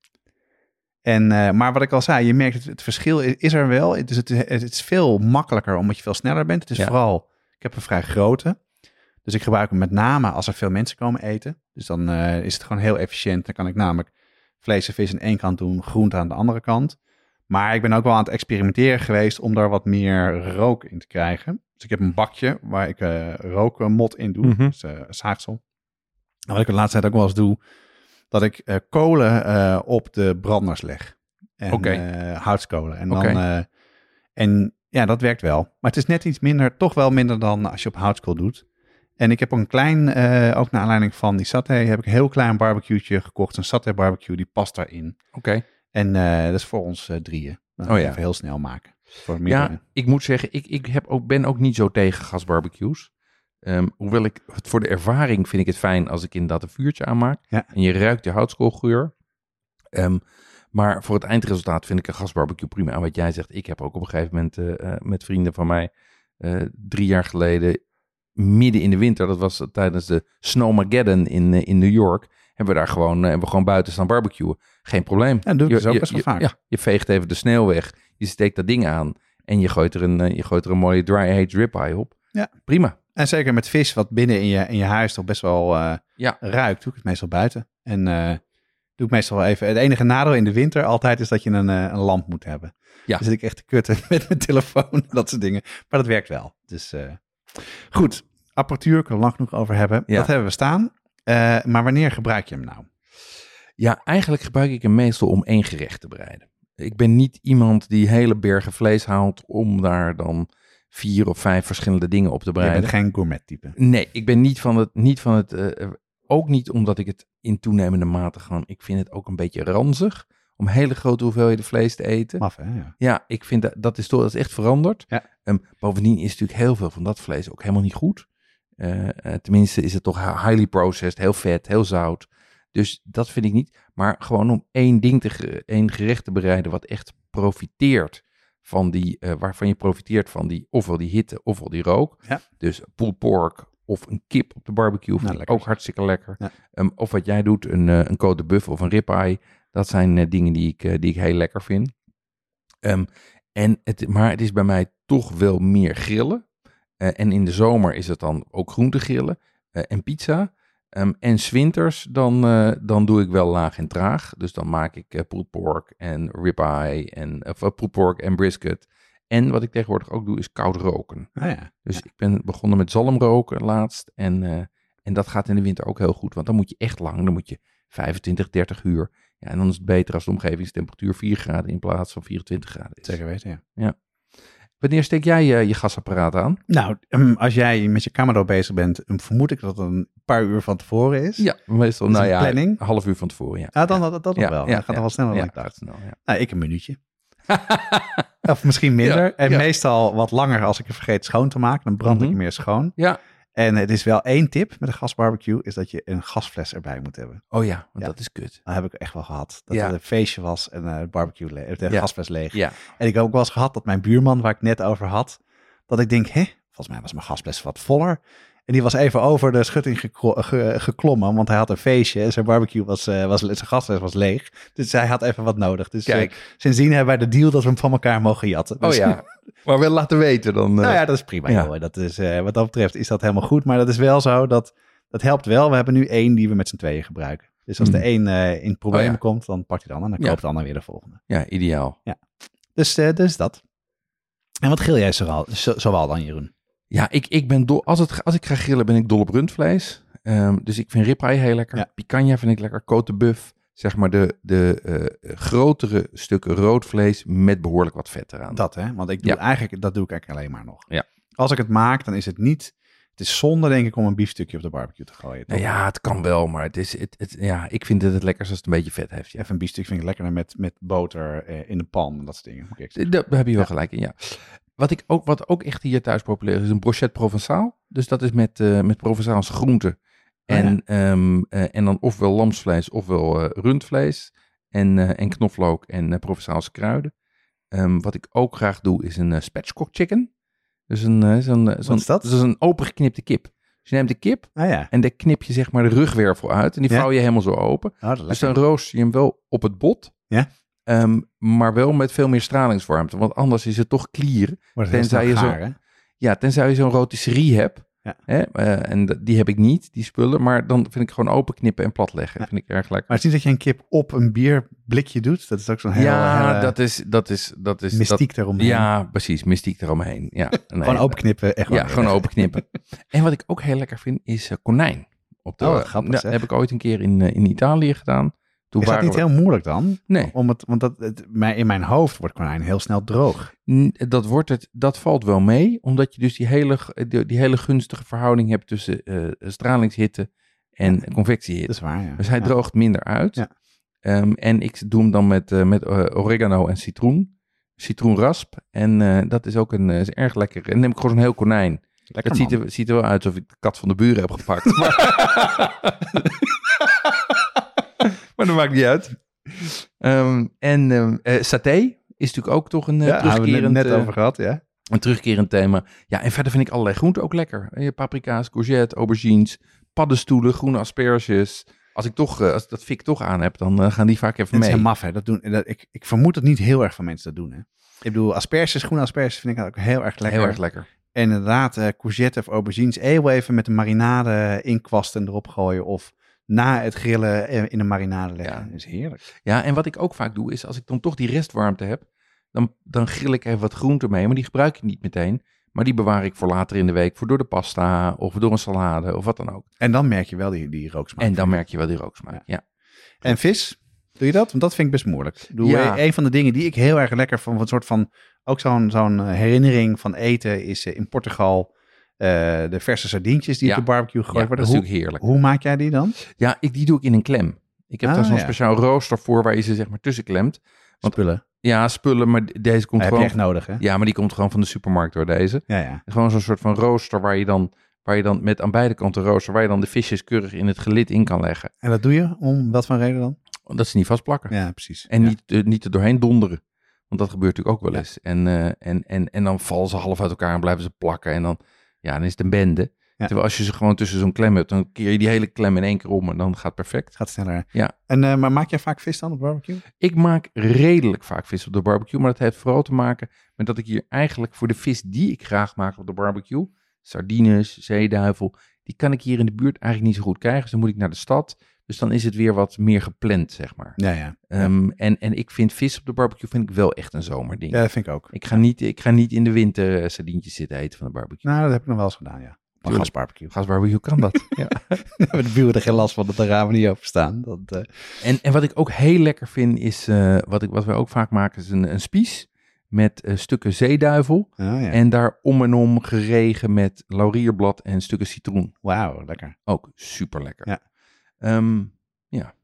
En, uh, maar wat ik al zei, je merkt het, het verschil is, is er wel. Dus het, het is veel makkelijker omdat je veel sneller bent. Het is Ja. vooral, ik heb een vrij grote. Dus ik gebruik hem met name als er veel mensen komen eten. Dus dan uh, is het gewoon heel efficiënt. Dan kan ik namelijk vlees en vis aan één kant doen, groente aan de andere kant. Maar ik ben ook wel aan het experimenteren geweest om daar wat meer rook in te krijgen. Dus ik heb een bakje waar ik uh, rookmot in doe, Mm-hmm. dus uh, zaagsel. En wat ik de laatste tijd ook wel eens doe, dat ik uh, kolen uh, op de branders leg. En Okay. uh, houtskolen. En, Okay. dan, uh, en ja, dat werkt wel. Maar het is net iets minder, toch wel minder dan als je op houtskool doet. En ik heb een klein, uh, ook naar aanleiding van die saté, heb ik een heel klein barbecue'tje gekocht. Een saté barbecue, die past daarin. Oké. Okay. En uh, dat is voor ons uh, drieën. Dat oh ja. Even heel snel maken. Voor ja, ik moet zeggen, ik, ik heb ook, ben ook niet zo tegen gasbarbecues. Um, hoewel ik, voor de ervaring vind ik het fijn als ik inderdaad een vuurtje aanmaak. Ja. En je ruikt de houtskoolgeur. Um, maar voor het eindresultaat vind ik een gasbarbecue prima. En wat jij zegt, ik heb ook op een gegeven moment uh, uh, met vrienden van mij uh, drie jaar geleden, midden in de winter, dat was tijdens de Snowmageddon in, uh, in New York, hebben we daar gewoon, uh, hebben we gewoon buiten staan barbecuen. Geen probleem. Ja, dat doe ik je, dus ook je, best wel je, vaak. Ja, je veegt even de sneeuw weg, je steekt dat ding aan en je gooit er een, uh, je gooit er een mooie dry aged ribeye op. Ja. Prima. En zeker met vis, wat binnen in je, in je huis toch best wel uh, ja. ruikt, doe ik het meestal buiten. En uh, doe ik meestal wel even. Het enige nadeel in de winter altijd is dat je een, uh, een lamp moet hebben. Ja. Dan zit ik echt te kutten met mijn telefoon, dat soort dingen. Maar dat werkt wel. Dus uh, goed, apparatuur, kunnen we lang genoeg over hebben. Ja. Dat hebben we staan. Uh, maar wanneer gebruik je hem nou? Ja, eigenlijk gebruik ik hem meestal om één gerecht te bereiden. Ik ben niet iemand die hele bergen vlees haalt om daar dan vier of vijf verschillende dingen op te bereiden. Je bent geen gourmet type. Nee, ik ben niet van het, niet van het uh, ook niet omdat ik het in toenemende mate gewoon, ik vind het ook een beetje ranzig om hele grote hoeveelheden vlees te eten. Maf, hè? Ja. Ja, ik vind dat, dat is toch, dat is echt veranderd. Ja. Um, bovendien is natuurlijk heel veel van dat vlees ook helemaal niet goed. Uh, uh, tenminste is het toch highly processed, heel vet, heel zout. Dus dat vind ik niet. Maar gewoon om één ding te, één gerecht te bereiden wat echt profiteert van die, uh, waarvan je profiteert van die, ofwel die hitte, ofwel die rook. Ja. Dus pulled pork of een kip op de barbecue, vind nou, ik lekker. ook hartstikke lekker. Ja. Um, of wat jij doet, een, uh, een côte de buff of een ribeye. Dat zijn uh, dingen die ik, uh, die ik heel lekker vind. Um, en het, maar het is bij mij toch wel meer grillen. Uh, en in de zomer is het dan ook groentegrillen uh, en pizza. Um, en 's winters dan, uh, dan doe ik wel laag en traag. Dus dan maak ik uh, pulled pork en ribeye en of, uh, pulled pork en brisket. En wat ik tegenwoordig ook doe is koud roken. Ah, ja. Dus ja. ik ben begonnen met zalmroken laatst. En, uh, en dat gaat in de winter ook heel goed. Want dan moet je echt lang. Dan moet je vijfentwintig, dertig uur. Ja, en dan is het beter als de omgevingstemperatuur vier graden in plaats van vierentwintig graden is. Zeker weten, ja. Ja. Wanneer steek jij uh, je gasapparaat aan? Nou, um, als jij met je Camaro bezig bent, um, vermoed ik dat het een paar uur van tevoren is. Ja, meestal Dus nou een ja, planning? een half uur van tevoren. Ja, Ah, dan dat, dat, dat ja, wel. Ja, dat gaat ja, dan wel sneller ja, dan ik gaat dacht. snel, ja. Nou, ik een minuutje. Of misschien minder. Ja, en ja. meestal wat langer als ik het vergeet schoon te maken. Dan brand Mm-hmm. ik meer schoon. Ja. En het is wel één tip met een gasbarbecue, is dat je een gasfles erbij moet hebben. Oh ja, want Ja. dat is kut. Dat heb ik echt wel gehad. Dat Ja. het een feestje was en uh, de barbecue leeg, de Ja. gasfles leeg. Ja. En ik heb ook wel eens gehad dat mijn buurman, waar ik net over had, dat ik denk, hè, volgens mij was mijn gasfles wat voller. En die was even over de schutting gekro- ge- geklommen, want hij had een feestje en zijn barbecue was, uh, was zijn gasfles was leeg. Dus hij had even wat nodig. Dus uh, Kijk. sindsdien hebben wij de deal dat we hem van elkaar mogen jatten. Dus, Oh ja, maar wel laten weten dan. Uh... nou ja, dat is prima. Ja. Joh. Dat is, uh, wat dat betreft is dat helemaal goed. Maar dat is wel zo, dat, dat helpt wel. We hebben nu één die we met z'n tweeën gebruiken. Dus als Mm. de een uh, in problemen Oh, ja. komt, dan pakt hij de ander en dan Ja. koopt de ander weer de volgende. Ja, ideaal. Dus, uh, dus dat. En wat grill jij zoal, zo, zoal dan, Jeroen? Ja, ik, ik ben dol, als, het, als ik ga grillen ben ik dol op rundvlees. Um, dus ik vind ribeye heel lekker. Ja. Picanha vind ik lekker. Côte de bœuf. Zeg maar de, de uh, grotere stukken rood vlees met behoorlijk wat vet eraan. Dat, hè? Want ik doe Ja. eigenlijk, dat doe ik eigenlijk alleen maar nog. Ja. Als ik het maak, dan is het niet... Het is zonde, denk ik, om een biefstukje op de barbecue te gooien. Nou ja, het kan wel, maar het is, het, het, ja, ik vind het het lekkerst als het een beetje vet heeft. Ja. Even een biefstuk vind ik lekkerder met, met boter uh, in de pan en dat soort dingen. Okay. Daar heb je wel Ja. gelijk in, ja. Wat, ik ook, wat ook echt hier thuis populair is, is een brochette Provençaal. Dus dat is met, uh, met Provençaalse groenten. En, Oh ja. um, uh, en dan ofwel lamsvlees ofwel uh, rundvlees. En, uh, en knoflook en uh, Provençaalse kruiden. Um, wat ik ook graag doe is een uh, spatchcock chicken. Dus een, uh, zo'n, uh, zo'n, is dat? Dus een opengeknipte kip. Dus je neemt de kip Ah ja, en daar knip je zeg maar de rugwervel uit. En die Ja. vouw je helemaal zo open. oh, dat is Dus lekker. dan rooster je hem wel op het bot. Ja. Um, maar wel met veel meer stralingswarmte. Want anders is het toch klieren. Wordt het heel tenzij snel je zo- gaar, hè? Ja, tenzij je zo'n rotisserie hebt. Ja. Hè? Uh, en d- die heb ik niet, die spullen. Maar dan vind ik gewoon openknippen en platleggen. Ja. Vind ik erg lekker. Maar het is niet dat je een kip op een bierblikje doet. Dat is ook zo'n hele, ja, hele dat is... Dat is, dat is mystiek dat, eromheen. Ja, precies. Mystiek eromheen. Ja, nee, Gewoon openknippen, echt Ja, wel. gewoon openknippen. En wat ik ook heel lekker vind, is uh, konijn. Op de, Oh, wat grappig, ja, zeg. heb ik ooit een keer in, uh, in Italië gedaan. Toen Is dat waren niet we- heel moeilijk dan? Nee. Om het, want dat, het, mij- in mijn hoofd wordt konijn heel snel droog. N- Dat, wordt het, dat valt wel mee, omdat je dus die hele, g- die, die hele gunstige verhouding hebt tussen uh, stralingshitte en Ja. convectiehitte. Dat is waar, ja. Dus hij Ja. droogt minder uit. Ja. Um, en ik doe hem dan met, uh, met uh, oregano en citroen. Citroenrasp. En uh, dat is ook een, uh, is erg lekker. En dan neem ik gewoon zo'n heel konijn. Lekker, Het ziet man. er, ziet er wel uit alsof ik de kat van de buren heb gepakt. Maar, maar dat maakt niet uit. Um, en um, uh, saté is natuurlijk ook toch een uh, Ja, daar hebben we het terugkerend... net uh, over gehad, ja. Een terugkerend thema. Ja, en verder vind ik allerlei groenten ook lekker. Eh, Paprika's, courgette, aubergines, paddenstoelen, groene asperges. Als ik toch, uh, als ik dat fik toch aan heb, dan uh, gaan die vaak even Het is mee. heel maf, hè. Dat doen, dat, ik, ik vermoed dat niet heel erg veel mensen dat doen, hè. Ik bedoel, asperges, groene asperges vind ik ook heel erg lekker. Heel erg lekker. En inderdaad, uh, courgette of aubergines, heel even met de marinade inkwasten erop gooien. Of na het grillen uh, in de marinade leggen. Ja. Dat is heerlijk. Ja, en wat ik ook vaak doe, is als ik dan toch die restwarmte heb, dan, dan grill ik even wat groenten mee. Maar die gebruik ik niet meteen. Maar die bewaar ik voor later in de week, voor door de pasta of door een salade of wat dan ook. En dan merk je wel die, die rooksmaak. En dan merk je wel die rooksmaak. Ja. En vis? Doe je dat? Want dat vind ik best moeilijk. Ik bedoel, Ja. Een van de dingen die ik heel erg lekker vond, een soort van, ook zo'n zo'n herinnering van eten, is uh, in Portugal uh, de verse sardientjes die Ja. op de barbecue gegooid Ja, dat worden. is Hoe, natuurlijk heerlijk. hoe maak jij die dan? Ja, ik, die doe ik in een klem. Ik heb Ah, daar zo'n ja. speciaal rooster voor waar je ze zeg maar tussen klemt. Want- Spullen. Ja, spullen, maar deze komt Dat heb je gewoon... echt nodig, hè? Ja, maar die komt gewoon van de supermarkt door deze. Ja, ja. Gewoon zo'n soort van rooster waar je dan, waar je dan met aan beide kanten rooster, waar je dan de visjes keurig in het gelid in kan leggen. En dat doe je om wat voor reden dan? Dat ze niet vastplakken. Ja, precies. En Ja. niet, uh, niet er doorheen donderen. Want dat gebeurt natuurlijk ook wel Ja. eens. En, uh, en, en, en dan vallen ze half uit elkaar en blijven ze plakken. En dan, ja, dan is het een bende. Ja. Terwijl als je ze gewoon tussen zo'n klem hebt, dan keer je die hele klem in één keer om en dan gaat het perfect. Het gaat sneller. Ja. En, uh, maar maak jij vaak vis dan op barbecue? Ik maak redelijk vaak vis op de barbecue, maar dat heeft vooral te maken met dat ik hier eigenlijk voor de vis die ik graag maak op de barbecue, sardines, zeeduivel, die kan ik hier in de buurt eigenlijk niet zo goed krijgen. Dus dan moet ik naar de stad. Dus dan is het weer wat meer gepland, zeg maar. Ja, ja. Um, en, en ik vind vis op de barbecue vind ik wel echt een zomerding. Ja, dat vind ik ook. Ik ga niet, ik ga niet in de winter uh, sardientjes zitten eten van de barbecue. Nou, dat heb ik nog wel eens gedaan, ja. Een Tuurlijk. gasbarbecue. Gasbarbecue kan dat. Ja. Hebben de buren er geen last van dat de ramen niet openstaan. Dat, uh... en, en wat ik ook heel lekker vind is, uh, wat, ik, wat we ook vaak maken, is een, een spies met uh, stukken zeeduivel. Oh, ja. En daar om en om geregen met laurierblad en stukken citroen. Wauw, lekker. Ook super lekker. Ja. Um, ja.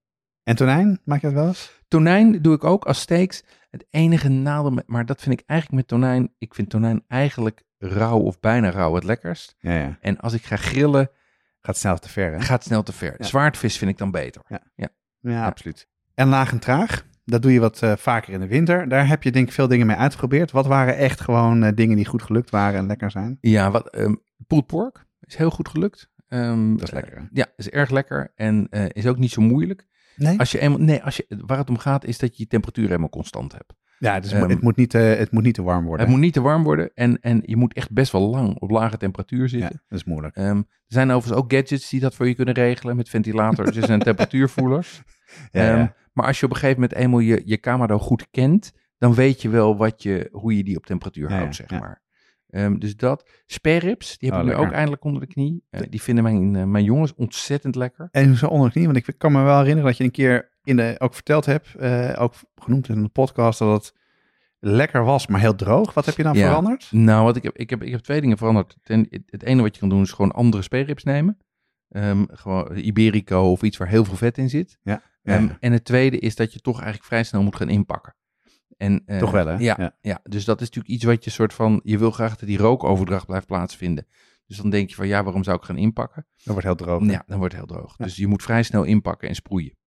En tonijn, maak je dat wel eens? Tonijn doe ik ook als steaks. Het enige nadeel, met, maar dat vind ik eigenlijk met tonijn. Ik vind tonijn eigenlijk rauw of bijna rauw het lekkerst. Ja, ja. En als ik ga grillen, Gaat snel te ver, hè? gaat het snel te ver. Ja. Zwaardvis vind ik dan beter. Ja. Ja. Ja, absoluut. En laag en traag, dat doe je wat uh, vaker in de winter. Daar heb je denk ik veel dingen mee uitgeprobeerd. Wat waren echt gewoon uh, dingen die goed gelukt waren en lekker zijn? Ja, wat um, pulled pork is heel goed gelukt. Um, Dat is lekker, hè? Uh, ja, is erg lekker en uh, is ook niet zo moeilijk. Nee? Als je eenmaal, nee, als je, waar het om gaat is dat je je temperatuur helemaal constant hebt. Ja, dus Um, het, moet niet, uh, het moet niet te warm worden. Het moet niet te warm worden en, en je moet echt best wel lang op lage temperatuur zitten. Ja, dat is moeilijk. Um, er zijn overigens ook gadgets die dat voor je kunnen regelen met ventilators en temperatuurvoelers. Ja, um, ja. Maar als je op een gegeven moment eenmaal je, je Kamado goed kent, dan weet je wel wat je, hoe je die op temperatuur ja, houdt, ja, zeg ja. maar. Um, dus dat. Spareribs, die heb Oh, ik nu lekker. ook eindelijk onder de knie. Uh, die vinden mijn, uh, mijn jongens ontzettend lekker. En zo onder de knie, want ik kan me wel herinneren dat je een keer in de, ook verteld hebt, uh, ook genoemd in de podcast, dat het lekker was, maar heel droog. Wat heb je nou ja. veranderd? Nou, wat ik, heb, ik, heb, ik heb twee dingen veranderd. Ten, het, het ene wat je kan doen is gewoon andere spareribs nemen. Um, gewoon Iberico of iets waar heel veel vet in zit. Ja. Ja. Um, en het tweede is dat je toch eigenlijk vrij snel moet gaan inpakken. En, uh, toch wel, hè? Ja, ja. ja, dus dat is natuurlijk iets wat je soort van, je wil graag dat die rookoverdracht blijft plaatsvinden. Dus dan denk je van, ja, waarom zou ik gaan inpakken? Dat wordt heel droog. Hè? Ja, dan wordt het heel droog. Ja. Dus je moet vrij snel inpakken en sproeien.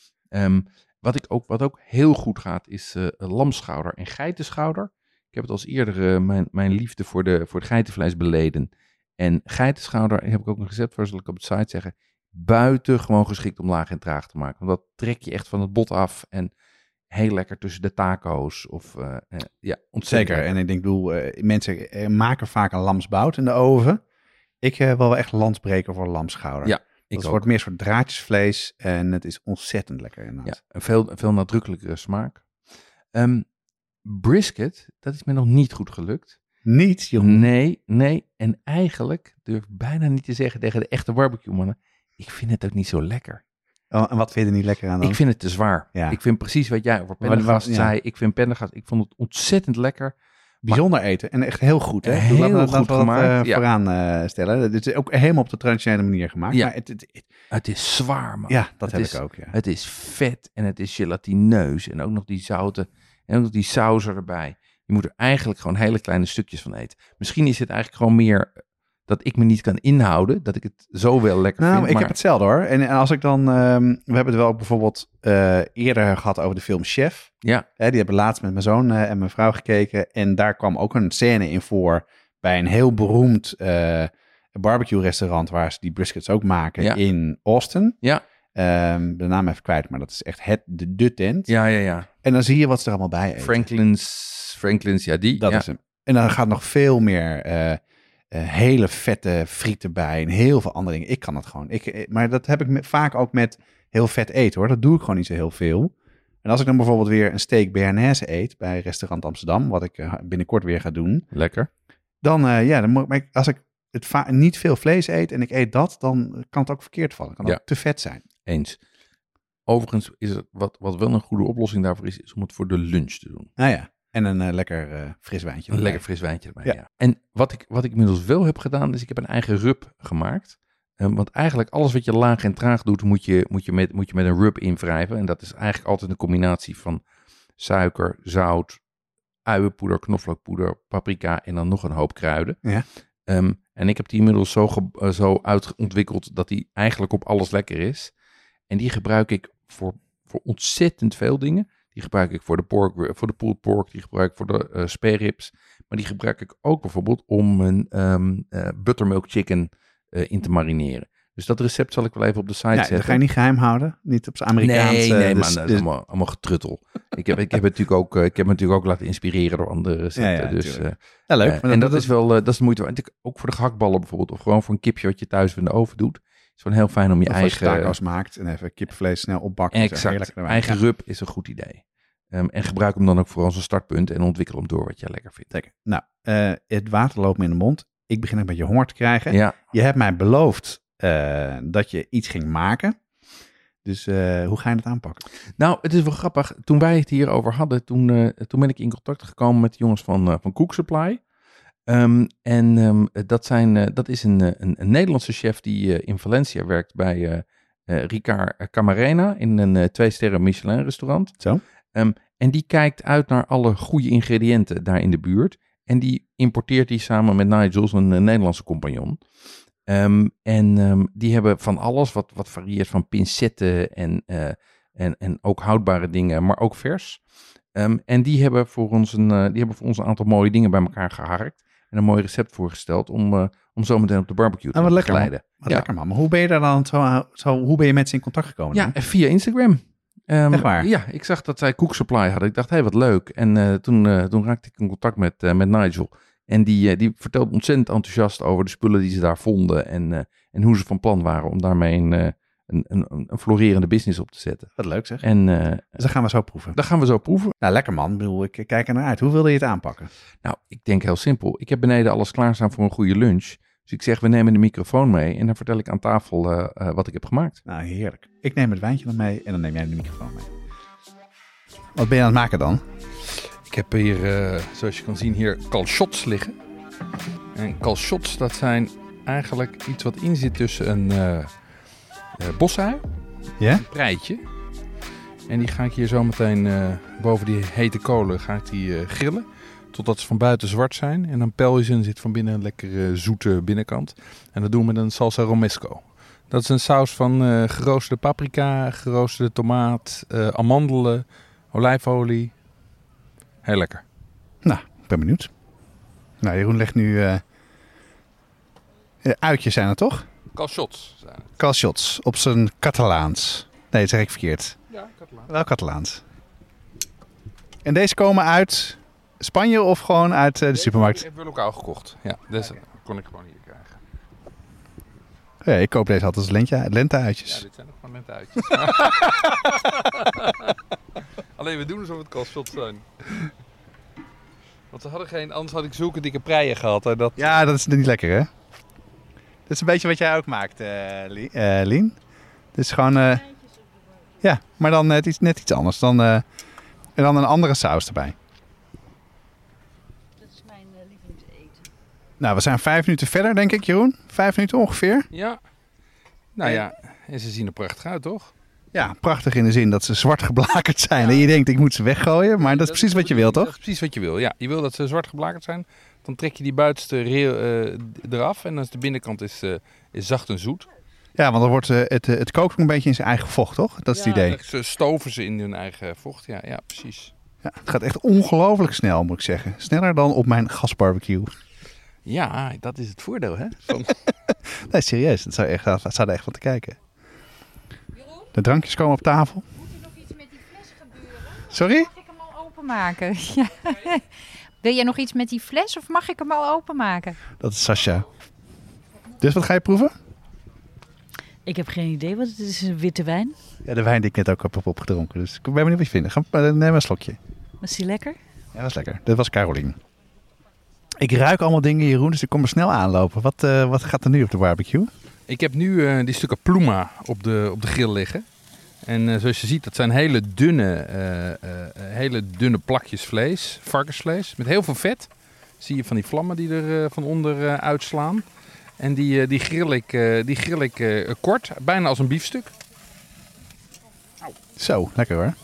Um, wat, ik ook, wat ook heel goed gaat, is uh, lamschouder en geitenschouder. Ik heb het als eerder uh, mijn, mijn liefde voor, de, voor het geitenvlees beleden. En geitenschouder heb ik ook een recept voor, zal ik op de site zeggen. Buitengewoon geschikt om laag en traag te maken. Want dat trek je echt van het bot af en heel lekker tussen de taco's. Of, uh, uh, ja, Zeker. Lekker. En ik denk, bedoel, uh, mensen uh, maken vaak een lamsbout in de oven. Ik uh, wil wel echt landsbreker voor lamschouder. Ja, ik Het wordt meer soort draadjesvlees en het is ontzettend lekker inderdaad. Ja, een veel, veel nadrukkelijkere smaak. Um, brisket, dat is me nog niet goed gelukt. Niet, Jeroen? Nee, nee. En eigenlijk durf ik bijna niet te zeggen tegen de echte barbecue mannen, ik vind het ook niet zo lekker. Oh, en wat vind je er niet lekker aan dan? Ik vind het te zwaar. Ja. Ik vind precies wat jij over Pendergast ja. zei. Ik vind Pendergast, ik vond het ontzettend lekker. Bijzonder maar, eten en echt heel goed. Hè? Heel laat, laat, goed laat gemaakt. Dat, uh, ja. vooraan uh, stellen. Het is ook helemaal op de traditionele manier gemaakt. Ja. Maar het, het, het, het is zwaar, man. Ja, dat het heb is, ik ook. Ja. Het is vet en het is gelatineus. En ook nog die zouten en ook nog die saus erbij. Je moet er eigenlijk gewoon hele kleine stukjes van eten. Misschien is het eigenlijk gewoon meer dat ik me niet kan inhouden, dat ik het zo wel lekker nou, vind. Ik maar... heb hetzelfde hoor. En, en als ik dan, um, we hebben het wel ook bijvoorbeeld uh, eerder gehad over de film Chef. Ja. Hè, die hebben laatst met mijn zoon uh, en mijn vrouw gekeken. En daar kwam ook een scène in voor bij een heel beroemd uh, barbecue restaurant waar ze die briskets ook maken ja. in Austin. Ja. Um, de naam even kwijt, maar dat is echt het, de, de tent. Ja, ja, ja. En dan zie je wat ze er allemaal bij eten. Franklin's, Franklin's, ja die. Dat ja. is hem. En dan gaat nog veel meer uh, uh, hele vette frieten bij en heel veel andere dingen. Ik kan het gewoon. Ik, maar dat heb ik met, vaak ook met heel vet eten hoor. Dat doe ik gewoon niet zo heel veel. En als ik dan bijvoorbeeld weer een steak Béarnaise eet bij restaurant Amsterdam, wat ik uh, binnenkort weer ga doen. Lekker. Dan, uh, ja, dan moet ik, als ik het va- niet veel vlees eet en ik eet dat, dan kan het ook verkeerd vallen. Kan ja. ook te vet zijn. Eens. Overigens is het, wat, wat wel een goede oplossing daarvoor is, is om het voor de lunch te doen. Nou ja, en een uh, lekker uh, fris wijntje Een erbij. lekker fris wijntje erbij, ja. ja. En wat ik, wat ik inmiddels wel heb gedaan, is ik heb een eigen rub gemaakt. Um, want eigenlijk alles wat je laag en traag doet, moet je, moet je, met, moet je met een rub invrijven. En dat is eigenlijk altijd een combinatie van suiker, zout, uienpoeder, knoflookpoeder, paprika en dan nog een hoop kruiden. Ja. Um, en ik heb die inmiddels zo, ge, uh, zo uitontwikkeld dat die eigenlijk op alles lekker is. En die gebruik ik voor, voor ontzettend veel dingen. Die gebruik ik voor de pork, voor de pulled pork, die gebruik ik voor de uh, spare ribs. Maar die gebruik ik ook bijvoorbeeld om een um, uh, buttermilk chicken uh, in te marineren. Dus dat recept zal ik wel even op de site ja, zetten. Dat ga je niet geheim houden? Niet op z'n Amerikaans? Nee, nee, uh, man, dat is dus... allemaal, allemaal getruttel. ik, heb, ik, heb het natuurlijk ook, uh, ik heb me natuurlijk ook laten inspireren door andere recepten. Ja, ja, dus, uh, ja, leuk. Uh, maar en dat, dat is wel, uh, dat is de moeite waard. Ook voor de gehaktballen bijvoorbeeld, of gewoon voor een kipje wat je thuis in de oven doet. Is gewoon heel fijn om je of eigen... Als je taco's maakt en even kipvlees snel opbakken. Exact, eigen rub is een goed idee. Um, en gebruik hem dan ook voor als een startpunt en ontwikkel hem door wat je lekker vindt. Zeker. Nou, uh, het water loopt me in de mond. Ik begin een beetje honger te krijgen. Ja. Je hebt mij beloofd uh, dat je iets ging maken. Dus uh, hoe ga je het aanpakken? Nou, het is wel grappig. Toen wij het hierover hadden, toen, uh, toen ben ik in contact gekomen met de jongens van, uh, van Cook Supply. Um, en um, dat, zijn, uh, dat is een, een, een Nederlandse chef die uh, in Valencia werkt bij uh, uh, Ricard Camarena in een uh, twee sterren Michelin restaurant. Zo. Um, en die kijkt uit naar alle goede ingrediënten daar in de buurt. En die importeert die samen met Nigel, een uh, Nederlandse compagnon. Um, en um, die hebben van alles wat, wat varieert van pincetten en, uh, en, en ook houdbare dingen, maar ook vers. Um, en die hebben, voor ons een, uh, die hebben voor ons een aantal mooie dingen bij elkaar geharkt. En een mooi recept voorgesteld om, uh, om zo meteen op de barbecue te ah, begeleiden. Man. Wat ja. lekker man. Maar hoe ben je daar dan zo, zo, hoe ben je met ze in contact gekomen? Ja, dan? via Instagram. Um, Echt waar? Ja, ik zag dat zij Cook Supply hadden. Ik dacht, hé, hey, wat leuk. En uh, toen, uh, toen raakte ik in contact met, uh, met Nigel. En die, uh, die vertelde ontzettend enthousiast over de spullen die ze daar vonden. En, uh, en hoe ze van plan waren om daarmee een, uh, een, een, een florerende business op te zetten. Wat leuk zeg. En uh, dus dat gaan we zo proeven. Dat gaan we zo proeven. Nou, lekker man. Ik bedoel, ik kijk er naar uit. Hoe wilde je het aanpakken? Nou, ik denk heel simpel. Ik heb beneden alles klaarstaan voor een goede lunch. Dus ik zeg, we nemen de microfoon mee en dan vertel ik aan tafel uh, uh, wat ik heb gemaakt. Nou, heerlijk. Ik neem het wijntje dan mee en dan neem jij de microfoon mee. Wat ben je aan het maken dan? Ik heb hier, uh, zoals je kan zien, hier calçots liggen. En calçots, dat zijn eigenlijk iets wat in zit tussen een uh, uh, bosui, yeah? een preitje. En die ga ik hier zo meteen uh, boven die hete kolen ga ik die, uh, grillen. Totdat ze van buiten zwart zijn. En dan pel je ze en zit van binnen een lekkere zoete binnenkant. En dat doen we met een salsa romesco. Dat is een saus van uh, geroosterde paprika, geroosterde tomaat, uh, amandelen, olijfolie. Heel lekker. Nou, ik ben benieuwd. Nou, Jeroen legt nu... Uh, uh, uitjes zijn het toch? Calçots zijn het. Calçots, op zijn Catalaans. Nee, dat zeg ik verkeerd. Ja, Catalaans. Wel Catalaans. En deze komen uit Spanje of gewoon uit uh, de supermarkt? Ik heb we lokaal gekocht. Ja, dus okay. kon ik gewoon hier krijgen. Ja, ik koop deze altijd als lente, lente-uitjes. Ja, dit zijn nog gewoon lente-uitjes. Alleen we doen alsof het calçots zijn. Want ze hadden geen, anders had ik zulke dikke preien gehad. Hè, dat... Ja, dat is niet lekker hè? Dat is een beetje wat jij ook maakt, uh, Lien. Dit is gewoon... Uh, ja, maar dan net iets, net iets anders. Dan, uh, en dan een andere saus erbij. Dat is mijn uh, lievelingseten. Nou, we zijn vijf minuten verder, denk ik, Jeroen. Vijf minuten ongeveer. Ja. Nou ja, en ze zien er prachtig uit, toch? Ja, prachtig in de zin dat ze zwart geblakerd zijn. Ja. En je denkt, ik moet ze weggooien. Maar dat, dat is precies wat je wil, toch? Dat is precies wat je wil, ja. Je wil dat ze zwart geblakerd zijn. Dan trek je die buitenste rail uh, eraf. En dan is de binnenkant is, uh, is zacht en zoet. Ja, want dan wordt uh, het, het kookt een beetje in zijn eigen vocht, toch? Dat is ja, het idee. Ze stoven ze in hun eigen vocht, ja, ja precies. Ja, het gaat echt ongelooflijk snel, moet ik zeggen. Sneller dan op mijn gasbarbecue. Ja, dat is het voordeel, hè? Van... nee, serieus. Dat zou, echt, dat zou er echt van te kijken. Jeroen? De drankjes komen op tafel. Moet er nog iets met die fles gebeuren? Sorry? Mag ik hem al openmaken? Ja. Wil jij nog iets met die fles of mag ik hem al openmaken? Dat is Sascha. Dus wat ga je proeven? Ik heb geen idee wat het is. Een witte wijn. Ja, de wijn die ik net ook heb opgedronken. Dus ik ben benieuwd wat je vindt. Ga, neem een slokje. Was die lekker? Ja, dat was lekker. Dat was Carolien. Ik ruik allemaal dingen, Jeroen, dus ik kom er snel aanlopen. Wat, uh, wat gaat er nu op de barbecue? Ik heb nu uh, die stukken pluma op de, op de grill liggen. En uh, zoals je ziet, dat zijn hele dunne, uh, uh, hele dunne plakjes vlees, varkensvlees, met heel veel vet. Zie je van die vlammen die er uh, van onder uh, uitslaan. En die, uh, die grill ik, uh, die grill ik uh, kort, bijna als een biefstuk. Au. Zo, lekker hoor.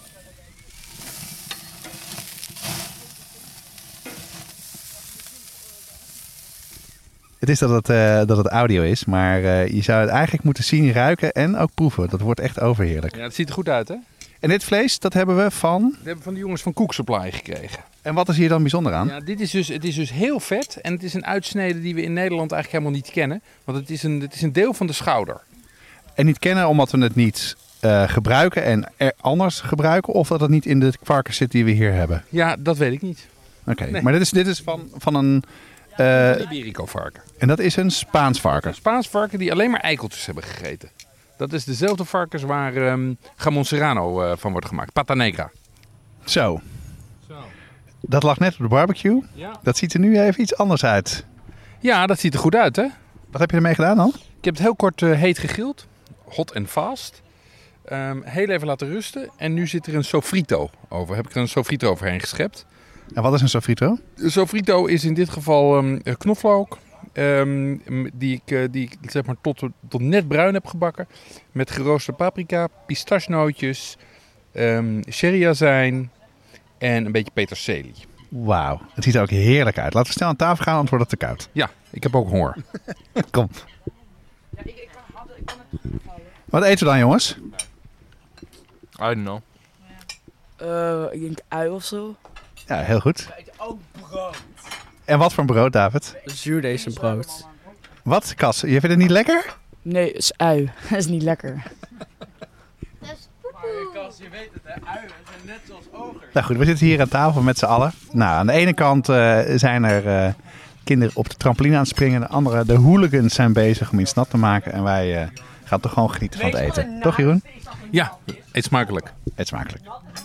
Het is dat het, uh, dat het audio is, maar uh, je zou het eigenlijk moeten zien, ruiken en ook proeven. Dat wordt echt overheerlijk. Ja, het ziet er goed uit, hè? En dit vlees, dat hebben we van? We hebben van de jongens van Cook Supply gekregen. En wat is hier dan bijzonder aan? Ja, dit is dus, het is dus heel vet en het is een uitsnede die we in Nederland eigenlijk helemaal niet kennen. Want het is een, het is een deel van de schouder. En niet kennen omdat we het niet uh, gebruiken en er anders gebruiken? Of dat het niet in de varkens zit die we hier hebben? Ja, dat weet ik niet. Oké, okay. Nee. Maar dit is, dit is van, van een... Uh, Iberico varken. En dat is een Spaans varken? Een Spaans varken die alleen maar eikeltjes hebben gegeten. Dat is dezelfde varkens waar um, Jamon Serrano uh, van wordt gemaakt. Pata negra. Zo. Zo. Dat lag net op de barbecue. Ja. Dat ziet er nu even iets anders uit. Ja, dat ziet er goed uit, hè? Wat heb je ermee gedaan dan? Ik heb het heel kort uh, heet gegrild. Hot and fast. Um, heel even laten rusten. En nu zit er een sofrito over. Heb ik er een sofrito overheen geschept. En wat is een sofrito? Een sofrito is in dit geval um, knoflook. Um, die ik, uh, die ik zeg maar tot, tot net bruin heb gebakken. Met geroosterde paprika, pistachenootjes, um, sherryazijn en een beetje peterselie. Wauw, het ziet er ook heerlijk uit. Laten we snel aan tafel gaan, anders wordt het te koud. Ja, ik heb ook honger. Kom. Ja, ik, ik, kan, ik kan het vallen. Wat eten we dan, jongens? I don't know. Uh, ik denk ui of zo. Ja, heel goed. We eten ook brood. En wat voor brood, David? Zuurdese brood. Wat, Kas? Je vindt het niet lekker? Nee, het is ui. Dat is niet lekker. Dat is poepoe. je weet het, hè, uien zijn net zoals ogers. Nou goed, we zitten hier aan tafel met z'n allen. Nou, aan de ene kant uh, zijn er uh, kinderen op de trampoline aan het springen. De andere, de hooligans zijn bezig om iets nat te maken. En wij uh, gaan toch gewoon genieten van het eten. Toch, Jeroen? Ja, eet smakelijk. Eet smakelijk.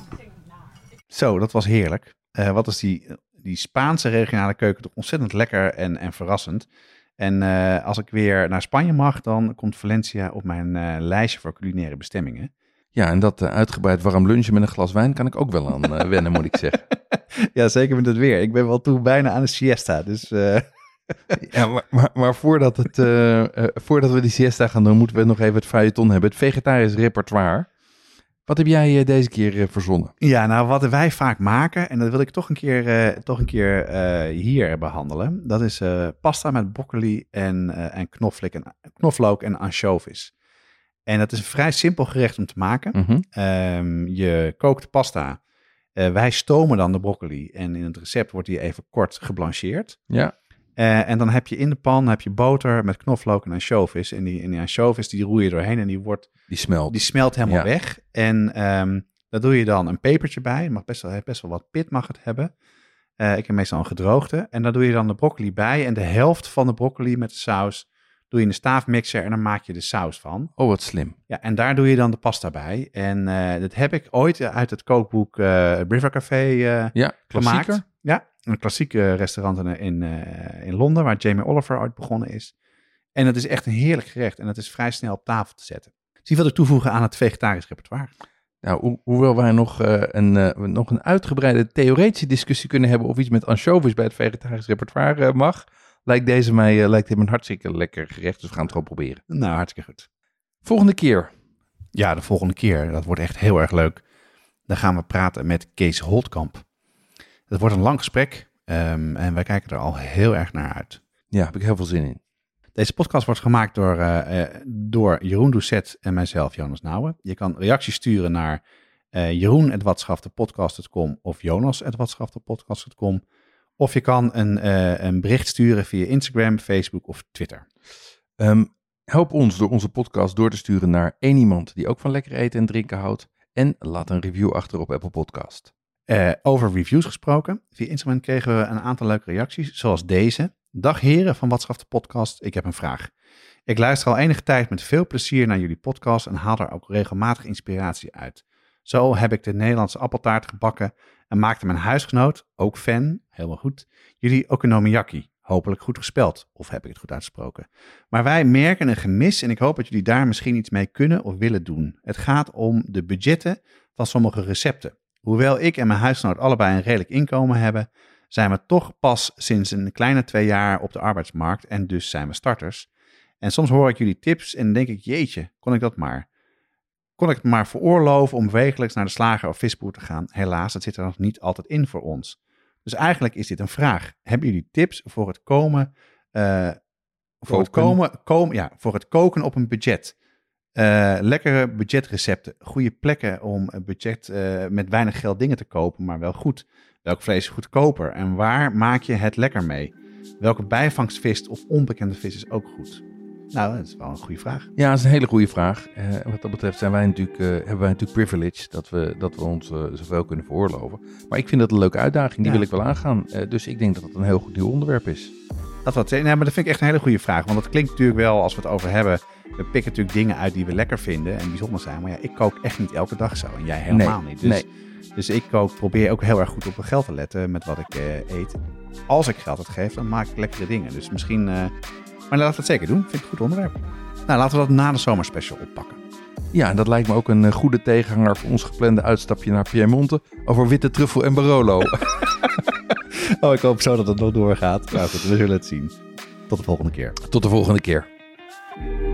Zo, dat was heerlijk. Uh, wat is die, die Spaanse regionale keuken toch ontzettend lekker en, en verrassend. En uh, als ik weer naar Spanje mag, dan komt Valencia op mijn uh, lijstje voor culinaire bestemmingen. Ja, en dat uh, uitgebreid warm lunchen met een glas wijn kan ik ook wel aan uh, wennen, moet ik zeggen. Ja, zeker met het weer. Ik ben wel toe bijna aan de siesta, dus... Uh... Ja, maar, maar, maar voordat, het, uh, uh, voordat we die siesta gaan doen, moeten we nog even het feuilleton hebben. Het vegetarisch repertoire. Wat heb jij uh, deze keer uh, verzonnen? Ja, nou wat wij vaak maken, en dat wil ik toch een keer, uh, toch een keer uh, hier behandelen. Dat is uh, pasta met broccoli en, uh, en, knoflook en knoflook en ansjovis. En dat is een vrij simpel gerecht om te maken. Mm-hmm. Um, je kookt de pasta. Uh, wij stomen dan de broccoli. En in het recept wordt die even kort geblancheerd. Ja. Uh, en dan heb je in de pan heb je boter met knoflook en ansjovis. En die, en die ansjovis die roei je doorheen en die wordt... Die smelt. Die smelt helemaal ja. weg. En um, daar doe je dan een pepertje bij. Het mag best wel, best wel wat pit mag het hebben. Uh, ik heb meestal een gedroogde. En daar doe je dan de broccoli bij. En de helft van de broccoli met de saus doe je in de staafmixer en dan maak je de saus van. Oh, wat slim. Ja, en daar doe je dan de pasta bij. En uh, dat heb ik ooit uit het kookboek uh, River Café uh, ja, gemaakt. Ja, een klassieke restaurant in, in, uh, in Londen, waar Jamie Oliver ooit begonnen is. En dat is echt een heerlijk gerecht. En dat is vrij snel op tafel te zetten. Dus die wil ik toevoegen aan het vegetarisch repertoire. Nou, ho- hoewel wij nog, uh, een, uh, nog een uitgebreide theoretische discussie kunnen hebben of iets met ansjovis bij het vegetarisch repertoire uh, mag, lijkt deze mij uh, lijkt hem een hartstikke lekker gerecht. Dus we gaan het gewoon proberen. Nou, hartstikke goed. Volgende keer. Ja, de volgende keer. Dat wordt echt heel erg leuk. Dan gaan we praten met Kees Holtkamp. Het wordt een lang gesprek um, en wij kijken er al heel erg naar uit. Ja, heb ik heel veel zin in. Deze podcast wordt gemaakt door, uh, uh, door Jeroen Doucet en mijzelf, Jonas Nouwen. Je kan reacties sturen naar uh, jeroen at watschaftepodcast punt com of jonas at watschaftepodcast punt com. Of je kan een, uh, een bericht sturen via Instagram, Facebook of Twitter. Um, help ons door onze podcast door te sturen naar één iemand die ook van lekker eten en drinken houdt. En laat een review achter op Apple Podcast. Uh, over reviews gesproken. Via Instagram kregen we een aantal leuke reacties, zoals deze. Dag heren van Wat Schaft de Podcast, ik heb een vraag. Ik luister al enige tijd met veel plezier naar jullie podcast en haal er ook regelmatig inspiratie uit. Zo heb ik de Nederlandse appeltaart gebakken en maakte mijn huisgenoot, ook fan, helemaal goed, jullie okonomiyaki. Hopelijk goed gespeld, of heb ik het goed uitgesproken. Maar wij merken een gemis en ik hoop dat jullie daar misschien iets mee kunnen of willen doen. Het gaat om de budgetten van sommige recepten. Hoewel ik en mijn huisgenoot allebei een redelijk inkomen hebben, zijn we toch pas sinds een kleine twee jaar op de arbeidsmarkt en dus zijn we starters. En soms hoor ik jullie tips en denk ik, jeetje, kon ik dat maar. Kon ik het maar veroorloven om wekelijks naar de slager of visboer te gaan? Helaas, dat zit er nog niet altijd in voor ons. Dus eigenlijk is dit een vraag. Hebben jullie tips voor het komen, uh, voor het komen, komen, ja, voor het koken op een budget? Uh, lekkere budgetrecepten, goede plekken om een budget uh, met weinig geld dingen te kopen, maar wel goed. Welk vlees is goedkoper en waar maak je het lekker mee? Welke bijvangstvis of onbekende vis is ook goed? Nou, dat is wel een goede vraag. Ja, dat is een hele goede vraag. Uh, wat dat betreft zijn wij natuurlijk, uh, hebben wij natuurlijk privilege dat we, dat we ons uh, zoveel kunnen veroorloven. Maar ik vind dat een leuke uitdaging, die ja. wil ik wel aangaan. Uh, dus ik denk dat het een heel goed nieuw onderwerp is. Dat wat, nee, maar dat vind ik echt een hele goede vraag. Want dat klinkt natuurlijk wel, als we het over hebben, we pikken natuurlijk dingen uit die we lekker vinden en bijzonder zijn. Maar ja, ik kook echt niet elke dag zo en jij helemaal nee, niet. Dus, nee. dus ik kook, probeer ook heel erg goed op mijn geld te letten met wat ik uh, eet. Als ik geld uitgeef, dan maak ik lekkere dingen. Dus misschien... Uh, maar laten we het zeker doen. Vind ik een goed onderwerp. Nou, laten we dat na de zomerspecial oppakken. Ja, en dat lijkt me ook een goede tegenhanger voor ons geplande uitstapje naar Piemonte over witte truffel en Barolo. Oh, ik hoop zo dat het nog doorgaat. Nou goed, we zullen het zien. Tot de volgende keer. Tot de volgende keer.